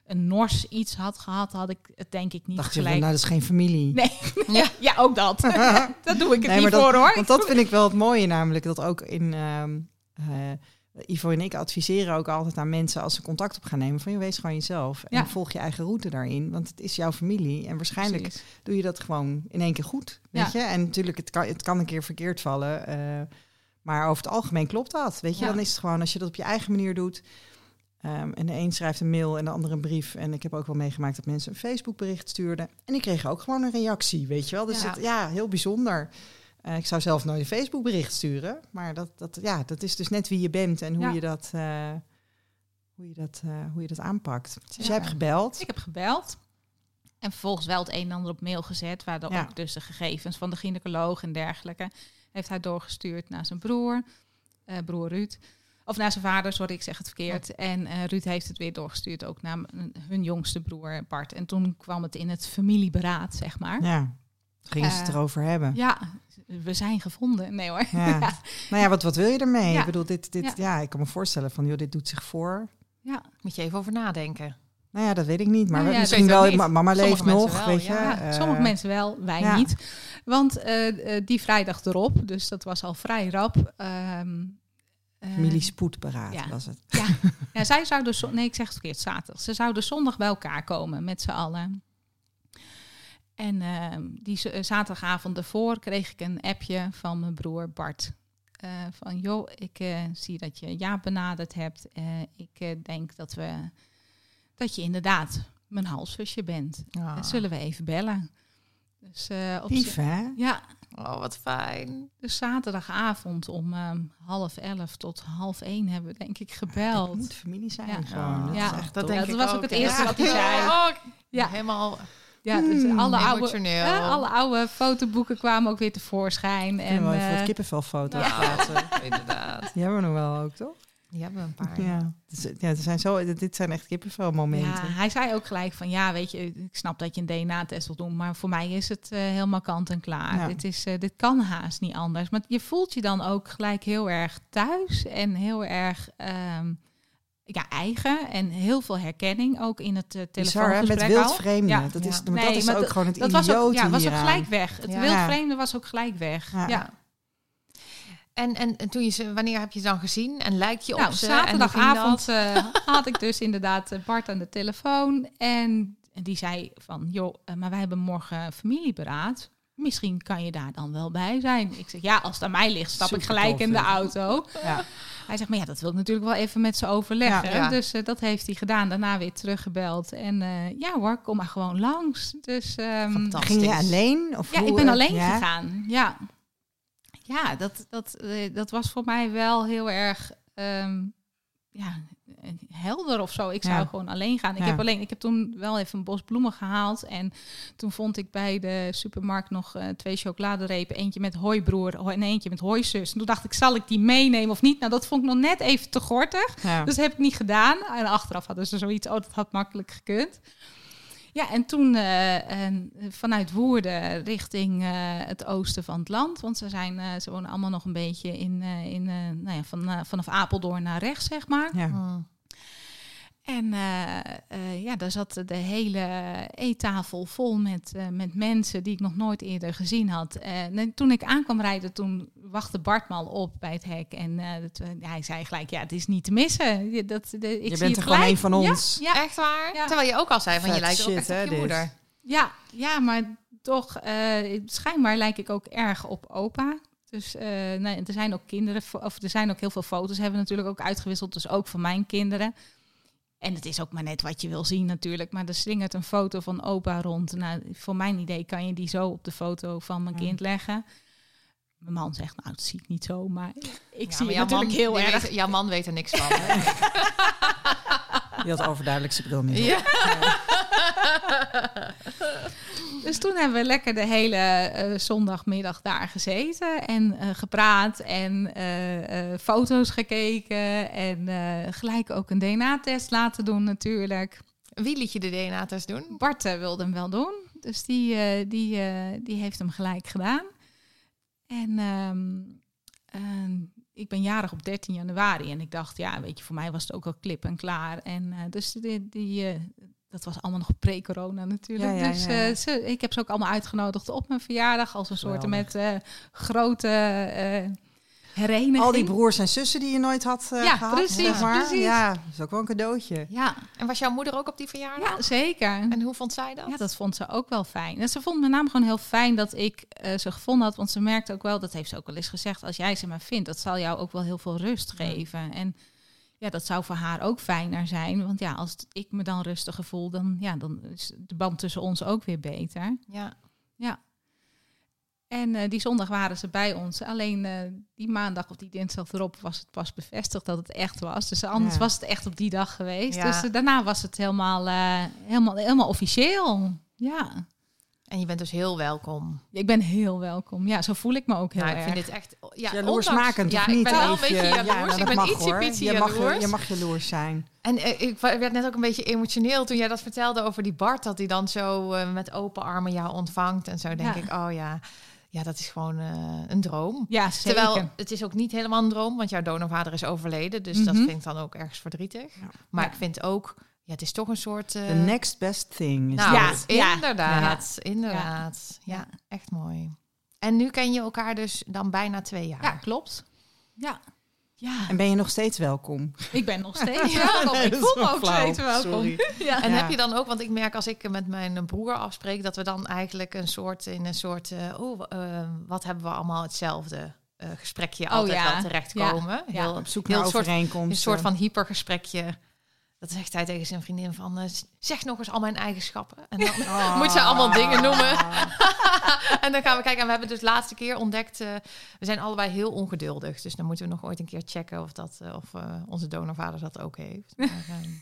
een nors iets had gehad, had ik het denk ik niet Dacht je gelijk. van, nou, dat is geen familie. Nee, ja, ook dat. Dat doe ik het niet maar voor, hoor. Want dat vind ik wel het mooie, namelijk dat ook in... Ivo en ik adviseren ook altijd aan mensen als ze contact op gaan nemen van je wees gewoon jezelf en volg je eigen route daarin, want het is jouw familie en waarschijnlijk Precies. doe je dat gewoon in één keer goed, weet je? En natuurlijk het kan een keer verkeerd vallen, maar over het algemeen klopt dat, weet je? Dan is het gewoon als je dat op je eigen manier doet. En de een schrijft een mail en de ander een brief. En ik heb ook wel meegemaakt dat mensen een Facebook bericht stuurden en ik kreeg ook gewoon een reactie, weet je wel? Dus heel bijzonder. Ik zou zelf nooit een Facebook bericht sturen. Maar dat is dus net wie je bent en hoe je dat aanpakt. Dus jij hebt gebeld. Ik heb gebeld. En vervolgens wel het een en ander op mail gezet. Waar dan ook dus de gegevens van de gynaecoloog en dergelijke heeft hij doorgestuurd naar zijn broer Ruud. Of naar zijn vader, sorry, ik zeg het verkeerd. Ja. En Ruud heeft het weer doorgestuurd ook naar hun jongste broer Bart. En toen kwam het in het familieberaad, zeg maar. Ja. Gingen ze het erover hebben? Ja, we zijn gevonden. Nee hoor. Ja. Nou ja, wat wil je ermee? Ja. Ik bedoel, ik kan me voorstellen van, joh, dit doet zich voor. Ja, moet je even over nadenken. Nou ja, dat weet ik niet. Maar misschien wel, niet. Mama leeft nog, wel, weet je. Ja. Sommige mensen wel, wij niet. Want die vrijdag erop, dus dat was al vrij rap. Familiespoedberaad was het. Ja, zij zouden, ik zeg het verkeerd, zaterdag. Ze zouden zondag bij elkaar komen met z'n allen. En die zaterdagavond ervoor kreeg ik een appje van mijn broer Bart. Van, joh, ik zie dat je Jaap benaderd hebt. Ik denk dat je inderdaad mijn halszusje bent. Zullen we even bellen? Dus, lief, hè? Ja. Oh, wat fijn. Dus zaterdagavond om 10:30 tot 12:30 hebben we denk ik gebeld. Het moet familie zijn gewoon. Dat denk ik was ook het eerste wat hij zei. Ja, helemaal... Ja, dus alle oude fotoboeken kwamen ook weer tevoorschijn. En wel even wat kippenvelfoto's plaatsen. Inderdaad. Die hebben we nog wel ook, toch? Die hebben we een paar. Ja. Dit zijn echt kippenvelmomenten. Ja, hij zei ook gelijk van, ja, weet je, ik snap dat je een DNA-test wil doen, maar voor mij is het helemaal kant en klaar. Ja. Dit kan haast niet anders. Maar je voelt je dan ook gelijk heel erg thuis en heel erg... eigen en heel veel herkenning ook in het telefoongesprek. Met wildvreemden. Ja. Dat is ook gewoon het idiote dat was ook gelijk weg. Het wildvreemde was ook gelijk weg. Ja. En toen wanneer heb je ze dan gezien? En lijkt je op ze? Zaterdagavond had ik dus inderdaad Bart aan de telefoon. En die zei van, joh, maar wij hebben morgen familieberaad. Misschien kan je daar dan wel bij zijn. Ik zeg, ja, als het aan mij ligt, stap ik gelijk in de auto. Ja. Hij zegt, maar ja, dat wil ik natuurlijk wel even met ze overleggen. Ja. Dus dat heeft hij gedaan. Daarna weer teruggebeld. En ja hoor, kom maar gewoon langs. Dus, ging je alleen? Of ik ben alleen gegaan. Ja, dat was voor mij wel heel erg helder of zo. Ik zou gewoon alleen gaan. Ik heb toen wel even een bos bloemen gehaald. En toen vond ik bij de supermarkt nog 2 chocoladerepen. Eentje met hooibroer en eentje met hooizus. En toen dacht ik, zal ik die meenemen of niet? Nou, dat vond ik nog net even te gortig. Ja. Dus dat heb ik niet gedaan. En achteraf hadden ze zoiets, dat had makkelijk gekund. Ja, en toen vanuit Woerden richting het oosten van het land. Want ze wonen allemaal nog een beetje vanaf Apeldoorn naar rechts, zeg maar. Ja. En daar zat de hele eettafel vol met mensen die ik nog nooit eerder gezien had. Toen ik aankwam rijden, toen wachtte Bart me al op bij het hek. En hij zei gelijk, ja, het is niet te missen. Je bent er gewoon een van ons. Ja. Echt waar? Ja. Terwijl je ook al zei, van je lijkt ook echt op je moeder. Ja, maar toch, schijnbaar lijk ik ook erg op opa. Dus er zijn ook kinderen, of er zijn ook heel veel foto's, hebben we natuurlijk ook uitgewisseld. Dus ook van mijn kinderen. En het is ook maar net wat je wil zien natuurlijk. Maar er slingert een foto van opa rond. Nou, voor mijn idee kan je die zo op de foto van mijn kind leggen. Mijn man zegt, nou, dat zie ik niet zo. Maar ik zie het natuurlijk heel erg. Jouw man weet er niks van. Je had overduidelijk zijn bril niet. Ja. Dus toen hebben we lekker de hele zondagmiddag daar gezeten en gepraat en foto's gekeken en gelijk ook een DNA-test laten doen natuurlijk. Wie liet je de DNA-test doen? Bart wilde hem wel doen, dus die heeft hem gelijk gedaan. En ik ben jarig op 13 januari en ik dacht, ja, weet je, voor mij was het ook al klip en klaar. En dus dat was allemaal nog pre-corona natuurlijk. Ja, Dus ik heb ze ook allemaal uitgenodigd op mijn verjaardag als een soort met grote hereniging. Al die broers en zussen die je nooit had gehad. Precies, zeg maar. precies. Ja, dat is ook wel een cadeautje. Ja. En was jouw moeder ook op die verjaardag? Ja, zeker. En hoe vond zij dat? Ja, dat vond ze ook wel fijn. En ze vond met name gewoon heel fijn dat ik ze gevonden had. Want ze merkte ook wel, dat heeft ze ook wel eens gezegd, als jij ze maar vindt, dat zal jou ook wel heel veel rust geven. En ja, dat zou voor haar ook fijner zijn. Want ja, als ik me dan rustiger voel, dan is de band tussen ons ook weer beter. Ja. En die zondag waren ze bij ons. Alleen die maandag of die dinsdag erop was het pas bevestigd dat het echt was. Dus anders was het echt op die dag geweest. Ja. Dus daarna was het helemaal officieel. Ja. En je bent dus heel welkom. Ik ben heel welkom. Ja, zo voel ik me ook heel erg. Ik vind dit echt... Ja, Jaloersmakend, of ik niet? ben wel een beetje jaloers. Ik ben ietsje jaloers. Je mag jaloers zijn. En ik werd net ook een beetje emotioneel toen jij dat vertelde over die Bart. Dat hij dan zo met open armen jou ontvangt. En zo denk ik, ja, dat is gewoon een droom. Ja, zeker. Terwijl het is ook niet helemaal een droom, want jouw donorvader is overleden. Dus dat vind ik dan ook ergens verdrietig. Ja. Maar ik vind ook, het is toch een soort... The next best thing. Is inderdaad. Ja, echt mooi. En nu ken je elkaar dus dan bijna 2 jaar. Ja, klopt. Ja. En ben je nog steeds welkom? Ik ben nog steeds welkom. Ik voel me ook steeds welkom. En heb je dan ook, want ik merk als ik met mijn broer afspreek, dat we dan eigenlijk wat hebben we allemaal hetzelfde gesprekje altijd wel terechtkomen. Ja. Heel op zoek naar overeenkomsten. Een soort van hypergesprekje. Dat zegt hij tegen zijn vriendin van, zeg nog eens al mijn eigenschappen. En dan moet ze allemaal dingen noemen. En dan gaan we kijken. En we hebben dus de laatste keer ontdekt, we zijn allebei heel ongeduldig. Dus dan moeten we nog ooit een keer checken of onze donorvader dat ook heeft. Maar,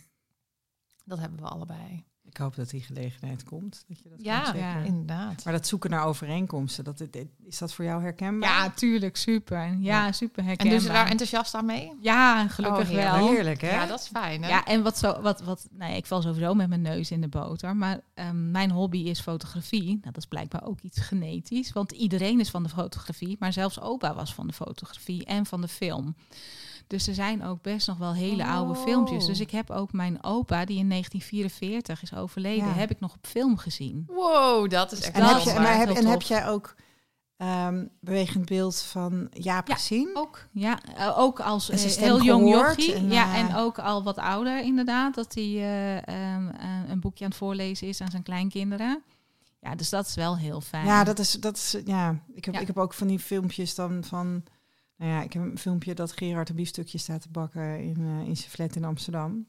dat hebben we allebei. Ik hoop dat die gelegenheid komt. Dat je dat kan checken. Ja, inderdaad. Maar dat zoeken naar overeenkomsten, is dat voor jou herkenbaar? Ja, tuurlijk. Super. Ja, super herkenbaar. En dus je daar enthousiast aan mee? Ja, gelukkig wel. Heerlijk, hè? Ja, dat is fijn, hè? Ja, en ik val sowieso met mijn neus in de boter. Maar mijn hobby is fotografie. Nou, dat is blijkbaar ook iets genetisch. Want iedereen is van de fotografie. Maar zelfs opa was van de fotografie en van de film. Dus er zijn ook best nog wel hele oude filmpjes. Dus ik heb ook mijn opa, die in 1944 is overleden, heb ik nog op film gezien. Wow, dat is echt heb jij ook bewegend beeld van Jaap gezien? Ook. Ja, ook als heel jong jochie. En ook al wat ouder inderdaad. Dat hij een boekje aan het voorlezen is aan zijn kleinkinderen. Ja, dus dat is wel heel fijn. Ja, dat is ik heb ook van die filmpjes dan van... Nou ja, ik heb een filmpje dat Gerard een biefstukje staat te bakken in zijn flat in Amsterdam.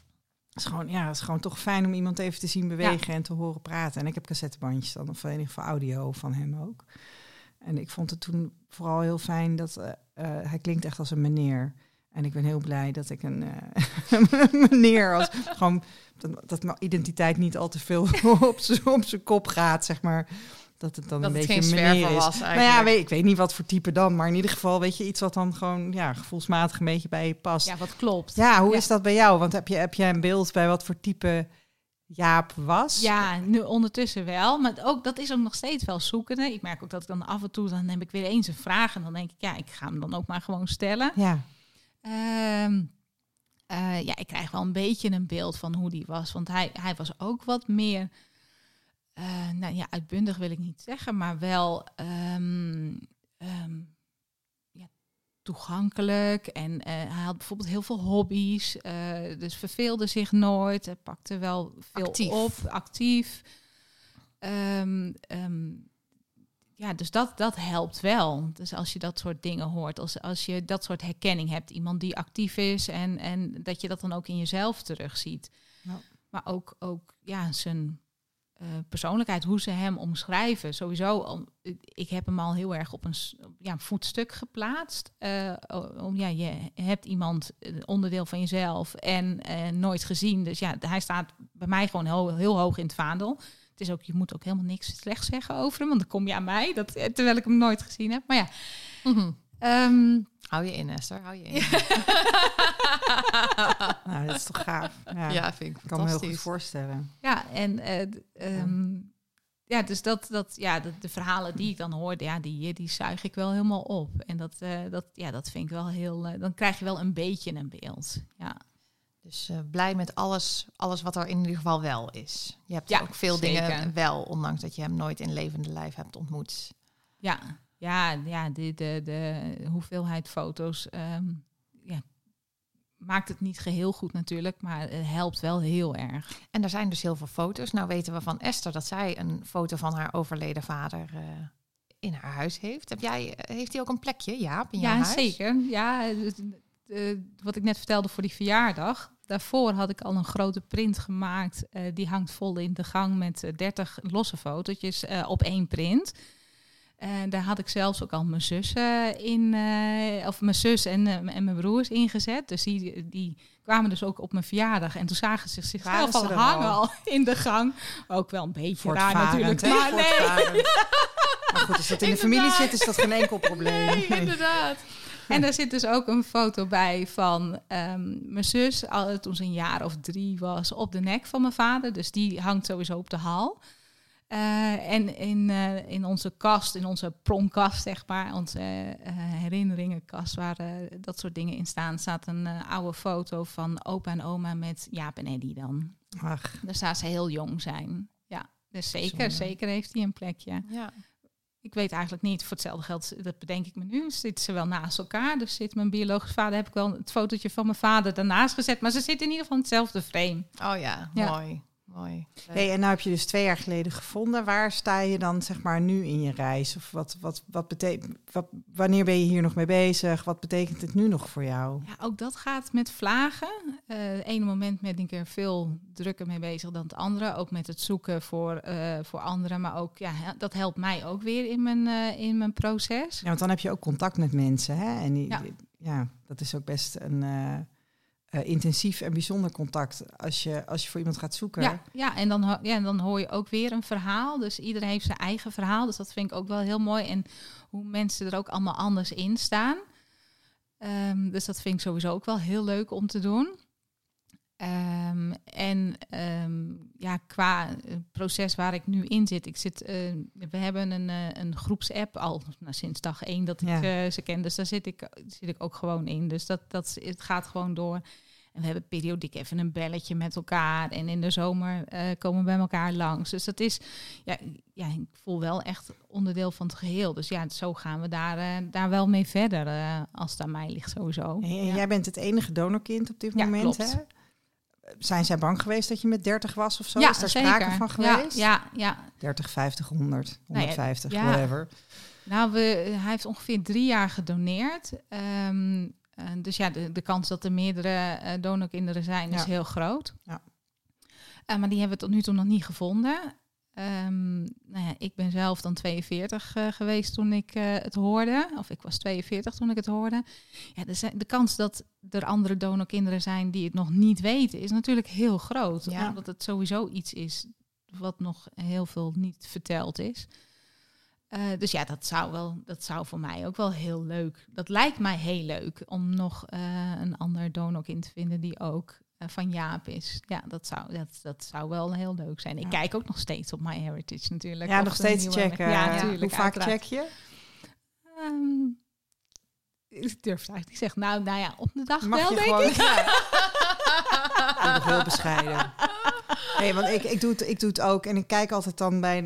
Het is gewoon toch fijn om iemand even te zien bewegen en te horen praten. En ik heb cassettebandjes dan, of in ieder geval audio van hem ook. En ik vond het toen vooral heel fijn dat hij klinkt echt als een meneer. En ik ben heel blij dat ik een meneer als gewoon dat mijn identiteit niet al te veel op zijn kop gaat, zeg maar. Dat het dan een beetje een meneer is. Nou ja, ik weet niet wat voor type dan. Maar in ieder geval, weet je, iets wat dan gewoon gevoelsmatig een beetje bij je past. Ja, wat klopt. Ja, hoe is dat bij jou? Want heb jij een beeld bij wat voor type Jaap was? Ja, nu ondertussen wel. Maar ook dat is ook nog steeds wel zoekende. Ik merk ook dat ik dan af en toe, dan heb ik weer eens een vraag. En dan denk ik, ik ga hem dan ook maar gewoon stellen. Ja. Ik krijg wel een beetje een beeld van hoe die was. Want hij was ook wat meer... uitbundig wil ik niet zeggen, maar wel toegankelijk. En hij had bijvoorbeeld heel veel hobby's, dus verveelde zich nooit. Hij pakte wel veel op, actief. Dus dat helpt wel. Dus als je dat soort dingen hoort, als je dat soort herkenning hebt, iemand die actief is en dat je dat dan ook in jezelf terugziet. Ja. Maar ook zijn... persoonlijkheid, hoe ze hem omschrijven. Sowieso, ik heb hem al heel erg op een voetstuk geplaatst. Je hebt iemand, onderdeel van jezelf, en nooit gezien. Dus hij staat bij mij gewoon heel, heel hoog in het vaandel. Het is ook, je moet ook helemaal niks slechts zeggen over hem, want dan kom je aan mij, terwijl ik hem nooit gezien heb. Maar ja... Mm-hmm. Hou je in, Esther. Hou je in. Nou, dat is toch gaaf. Ja, vind ik kan me heel goed voorstellen. Ja, en dus de verhalen die ik dan hoorde, die zuig ik wel helemaal op. En dat vind ik wel heel... dan krijg je wel een beetje een beeld. Ja. Dus blij met alles wat er in ieder geval wel is. Je hebt ook veel zeker. dingen wel, ondanks dat je hem nooit in levende lijf hebt ontmoet. Ja, de hoeveelheid foto's maakt het niet geheel goed natuurlijk, maar het helpt wel heel erg. En er zijn dus heel veel foto's. Nou weten we van Esther dat zij een foto van haar overleden vader in haar huis heeft. Heeft hij ook een plekje, Jaap, in jouw huis? Zeker. Ja, wat ik net vertelde voor die verjaardag. Daarvoor had ik al een grote print gemaakt. Die hangt vol in de gang met 30 losse fotootjes op 1 print. Daar had ik zelfs ook al mijn zus mijn zus en mijn broers ingezet. Dus die kwamen dus ook op mijn verjaardag. En toen zagen ze zichzelf al hangen al in de gang. Ook wel een beetje raar natuurlijk. Maar nee. Maar goed, als dat in de familie zit, is dat geen enkel probleem. Nee, inderdaad. En daar zit dus ook een foto bij van mijn zus, toen ze een jaar of 3 was, op de nek van mijn vader. Dus die hangt sowieso op de hal. En in onze kast, in onze promkast, zeg maar, onze herinneringenkast waar dat soort dingen in staan, staat een oude foto van opa en oma met Jaap en Eddy dan. Ach. Daar staat ze heel jong zijn. Ja, dus zeker heeft hij een plekje. Ja. Ik weet eigenlijk niet, voor hetzelfde geld, dat bedenk ik me nu, zitten ze wel naast elkaar. Dus zit mijn biologische vader, heb ik wel het fotootje van mijn vader daarnaast gezet. Maar ze zitten in ieder geval in hetzelfde frame. Oh ja, mooi. Hey, en nou heb je dus 2 jaar geleden gevonden. Waar sta je dan zeg maar nu in je reis? Of wat betekent, wanneer ben je hier nog mee bezig? Wat betekent het nu nog voor jou? Ja, ook dat gaat met vlagen. Het ene moment ben ik er veel drukker mee bezig dan het andere. Ook met het zoeken voor anderen. Maar ook, dat helpt mij ook weer in mijn proces. Ja, want dan heb je ook contact met mensen. Hè? En dat is ook best een intensief en bijzonder contact als je voor iemand gaat zoeken. Ja, en dan hoor je ook weer een verhaal. Dus iedereen heeft zijn eigen verhaal. Dus dat vind ik ook wel heel mooi. En hoe mensen er ook allemaal anders in staan. Dus dat vind ik sowieso ook wel heel leuk om te doen. Qua proces waar ik nu in zit. We hebben een groepsapp al sinds dag 1 dat ik ze ken. Dus daar zit ik ook gewoon in. Dus het gaat gewoon door. En we hebben periodiek even een belletje met elkaar. En in de zomer komen we bij elkaar langs. Dus dat is, ik voel wel echt onderdeel van het geheel. Dus zo gaan we daar wel mee verder. Als het aan mij ligt sowieso. En jij bent het enige donorkind op dit moment, klopt. Hè? Zijn zij bang geweest dat je met 30 was of zo? Ja, is daar sprake van geweest? Ja. 30, 50, 100, 150, whatever. Nou, hij heeft ongeveer 3 jaar gedoneerd. Dus de kans dat er meerdere donorkinderen zijn is heel groot. Ja. Maar die hebben we tot nu toe nog niet gevonden. Ik ben zelf dan 42 geweest toen ik het hoorde. Of ik was 42 toen ik het hoorde. Ja, de kans dat er andere donorkinderen zijn die het nog niet weten is natuurlijk heel groot. Ja. Omdat het sowieso iets is wat nog heel veel niet verteld is. Dus dat zou voor mij ook wel heel leuk. Dat lijkt mij heel leuk om nog een ander donorkind te vinden die ook van Jaap is. Ja, dat zou wel heel leuk zijn. Ik kijk ook nog steeds op MyHeritage natuurlijk. Ja, nog steeds checken. Ja, natuurlijk. Hoe vaak check je? Ik durf het eigenlijk niet zeggen. Nou ja, op de dag Mag wel, je denk gewoon, ik. Ik ben nog heel bescheiden. Nee, want ik doe het ook. En ik kijk altijd dan bij...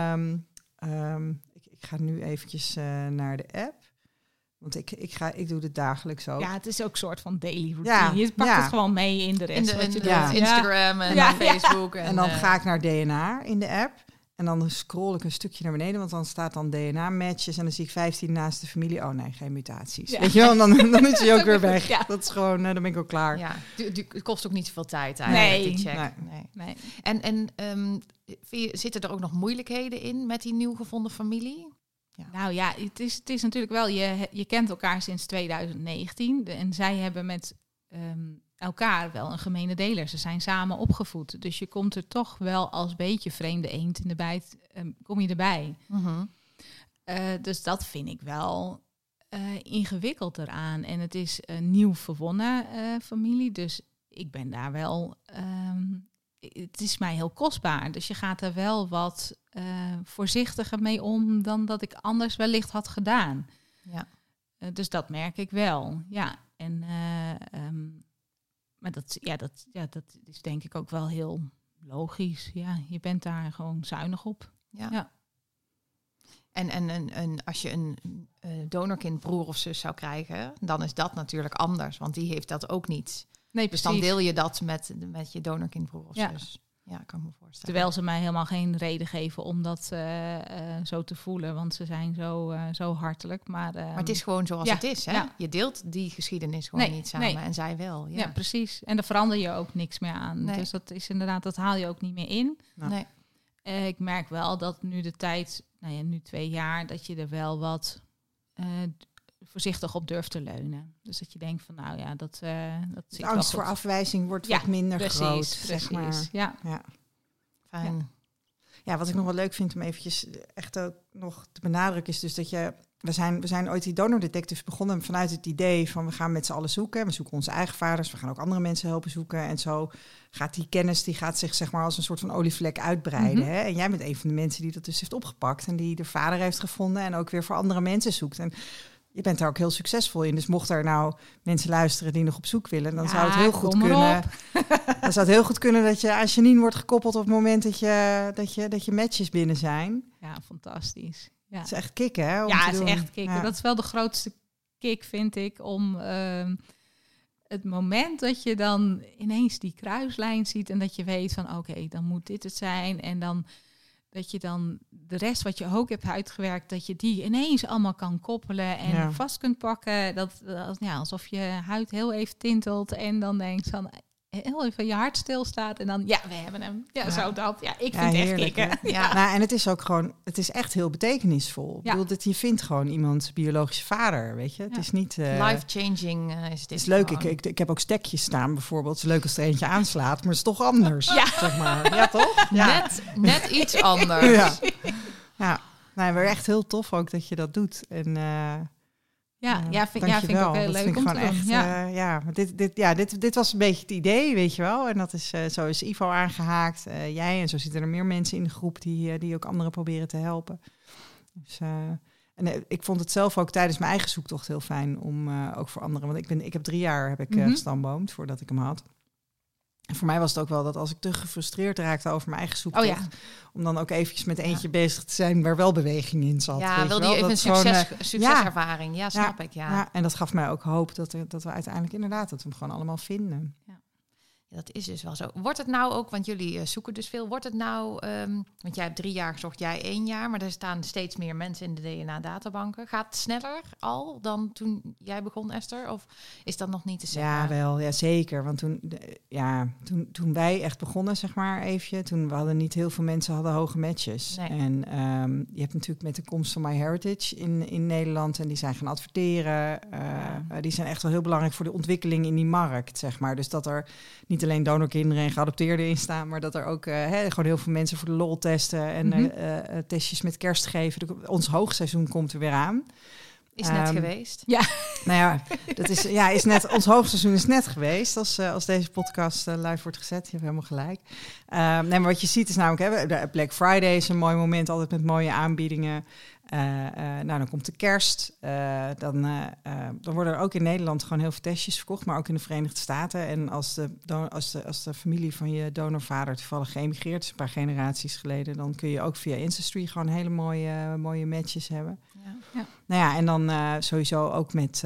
ik ga nu eventjes naar de app. Want ik doe het dagelijks ook. Ja, het is ook een soort van daily routine. Je pakt het gewoon mee in de rest. In Instagram en Facebook. En dan ga ik naar DNA in de app. En dan scroll ik een stukje naar beneden. Want dan staat dan DNA-matches. En dan zie ik 15 naast de familie. Oh nee, geen mutaties. Ja. Weet je wel? Dan is hij ook weer weg. Ja. Dat is gewoon, dan ben ik ook klaar. Ja, het kost ook niet zoveel tijd eigenlijk, die check. Nee. En zitten er ook nog moeilijkheden in met die nieuw gevonden familie? Ja. Nou ja, het is natuurlijk wel, je kent elkaar sinds 2019 en zij hebben met elkaar wel een gemene deler. Ze zijn samen opgevoed, dus je komt er toch wel als beetje vreemde eend in de bijt, kom je erbij. Mm-hmm. Dus dat vind ik wel ingewikkeld eraan. En het is een nieuw verwonnen familie, dus ik ben daar wel... het is mij heel kostbaar. Dus je gaat er wel wat voorzichtiger mee om dan dat ik anders wellicht had gedaan. Ja. Dus dat merk ik wel. Ja. En Maar dat is denk ik ook wel heel logisch. Ja, je bent daar gewoon zuinig op. Ja. En als je een donorkind broer of zus zou krijgen, dan is dat natuurlijk anders. Want die heeft dat ook niet. Nee, dus precies. dan deel je dat met je donorkind broer of zus. Ja, kan ik me voorstellen. Terwijl ze mij helemaal geen reden geven om dat zo te voelen. Want ze zijn zo hartelijk. Maar het is gewoon zoals het is. Hè? Ja. Je deelt die geschiedenis gewoon niet samen. En zij wel. Ja, precies. En daar verander je ook niks meer aan. Nee. Dus dat is inderdaad, dat haal je ook niet meer in. Nee. Ik merk wel dat nu de tijd, nu 2 jaar, dat je er wel wat voorzichtig op durft te leunen. Dus dat je denkt van dat zit de angst voor afwijzing wordt wat minder groot. Zeg maar. Ja. Fijn. Ja, wat ik nog wel leuk vind om eventjes echt ook nog te benadrukken is dus dat we zijn ooit die donordetectives begonnen vanuit het idee van we gaan met z'n allen zoeken. We zoeken onze eigen vaders, we gaan ook andere mensen helpen zoeken. En zo gaat die kennis, die gaat zich zeg maar als een soort van olievlek uitbreiden. Mm-hmm. Hè? En jij bent een van de mensen die dat dus heeft opgepakt en die de vader heeft gevonden en ook weer voor andere mensen zoekt. En je bent daar ook heel succesvol in. Dus mocht er nou mensen luisteren die nog op zoek willen, dan zou het heel goed kunnen. Dan zou het heel goed kunnen dat je aan Janine wordt gekoppeld op het moment dat je matches binnen zijn. Ja, fantastisch. Ja. Het is echt kicken, hè? Ja, het is echt kicken. Ja. Dat is wel de grootste kick, vind ik, om het moment dat je dan ineens die kruislijn ziet en dat je weet van oké, dan moet dit het zijn. En dan dat je dan de rest wat je ook hebt uitgewerkt, dat je die ineens allemaal kan koppelen en vast kunt pakken. Alsof je huid heel even tintelt en dan denkt van heel even je hart stilstaat en dan we hebben hem. Ja, zo dat. Ja, ik vind het echt kicken. Ja. Nou, en het is ook gewoon, het is echt heel betekenisvol. Ik bedoel, je vindt gewoon iemands biologische vader, weet je. Het is niet life-changing is dit. Is leuk. Ik heb ook stekjes staan bijvoorbeeld. Het is leuk als er eentje aanslaat, maar het is toch anders. Ja, zeg maar. Ja, toch? Ja. Net iets anders. Ja. Nou, weer echt heel tof ook dat je dat doet. En vind ik ook heel leuk om te doen. Dit was een beetje het idee, weet je wel. En dat is, zo is Ivo aangehaakt. Jij en zo zitten er meer mensen in de groep die ook anderen proberen te helpen. Dus, ik vond het zelf ook tijdens mijn eigen zoektocht heel fijn om ook voor anderen. Want ik heb 3 jaar gestamboomd voordat ik hem had. En voor mij was het ook wel dat als ik te gefrustreerd raakte over mijn eigen zoektocht, om dan ook eventjes met eentje bezig te zijn waar wel beweging in zat. Ja, wilde je even een succeservaring. Ja, snap ik. Ja, en dat gaf mij ook hoop dat we uiteindelijk inderdaad dat we hem gewoon allemaal vinden. Ja. Ja, dat is dus wel zo. Wordt het nou ook, want jullie zoeken dus veel, wordt het nou, want jij hebt 3 jaar gezocht, jij 1 jaar, maar er staan steeds meer mensen in de DNA-databanken. Gaat het sneller al dan toen jij begon, Esther? Of is dat nog niet te zeggen? Ja, wel, ja, zeker. Want toen wij echt begonnen, zeg maar, toen we hadden niet heel veel mensen hadden hoge matches. Nee. En je hebt natuurlijk met de komst van MyHeritage in Nederland en die zijn gaan adverteren. Die zijn echt wel heel belangrijk voor de ontwikkeling in die markt, zeg maar. Dus dat er niet alleen donorkinderen en geadopteerden in staan, maar dat er ook gewoon heel veel mensen voor de lol testen en testjes met kerst geven. Ons hoogseizoen komt er weer aan. Is net geweest. Ja. Nou ja, dat is net, ons hoogseizoen is net geweest als deze podcast live wordt gezet. Je hebt helemaal gelijk. Maar wat je ziet is namelijk, de Black Friday is een mooi moment, altijd met mooie aanbiedingen. Dan komt de kerst. Dan worden er ook in Nederland gewoon heel veel testjes verkocht, maar ook in de Verenigde Staten. En als de familie van je donorvader toevallig geëmigreerd is, een paar generaties geleden, dan kun je ook via Ancestry gewoon hele mooie matches hebben. Ja. Nou ja, en dan sowieso ook met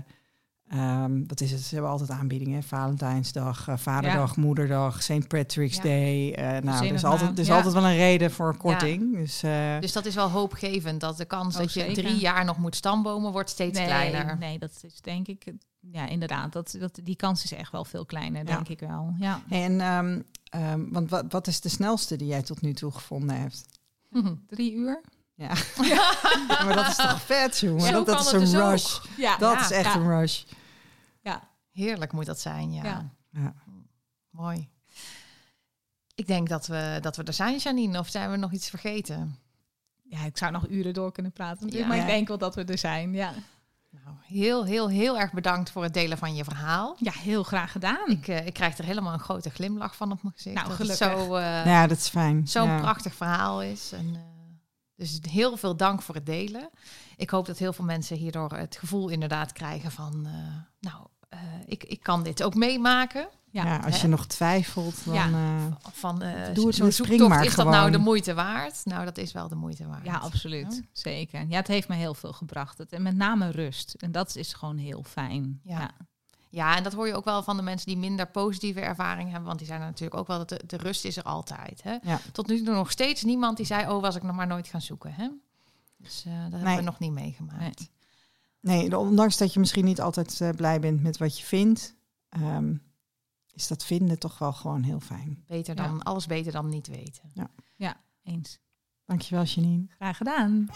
wat is het? Ze hebben altijd aanbiedingen. Valentijnsdag, Vaderdag, Moederdag, St. Patrick's Day. Er is altijd wel een reden voor korting. Ja. Dus dat is wel hoopgevend. Dat de kans dat je 3 jaar nog moet stambomen wordt steeds kleiner. Nee, dat is denk ik... Ja, inderdaad. Die kans is echt wel veel kleiner, denk ik wel. Ja. En want wat is de snelste die jij tot nu toe gevonden hebt? 3 uur. Ja. Maar dat is toch vet, jongen? Dat is een dus rush. Ja. Dat is echt een rush. Ja. Heerlijk moet dat zijn, ja. Mooi. Ik denk dat we er zijn, Janine. Of zijn we nog iets vergeten? Ja, ik zou nog uren door kunnen praten. Maar ik denk wel dat we er zijn, ja. Nou, heel erg bedankt voor het delen van je verhaal. Ja, heel graag gedaan. Ik krijg er helemaal een grote glimlach van op mijn gezicht. Nou, gelukkig. Ja, dat is fijn. Zo'n prachtig verhaal is. En, dus heel veel dank voor het delen. Ik hoop dat heel veel mensen hierdoor het gevoel inderdaad krijgen van... ik kan dit ook meemaken. Ja, als je nog twijfelt, dan doe het, zo'n spring zoektocht, maar is gewoon. dat nou de moeite waard? Nou, dat is wel de moeite waard. Ja, absoluut. Zeker. Ja, het heeft me heel veel gebracht. En met name rust. En dat is gewoon heel fijn. Ja, en dat hoor je ook wel van de mensen die minder positieve ervaring hebben. Want die zijn er natuurlijk ook wel, dat de rust is er altijd. Hè? Ja. Tot nu toe nog steeds niemand die zei, was ik nog maar nooit gaan zoeken. Hè? Dus dat hebben we nog niet meegemaakt. Nee, ondanks dat je misschien niet altijd blij bent met wat je vindt, is dat vinden toch wel gewoon heel fijn. Alles beter dan niet weten. Ja, eens. Dankjewel, Janine. Graag gedaan.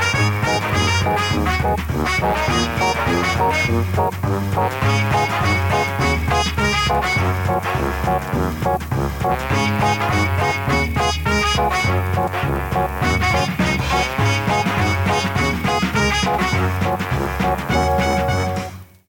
Thank you.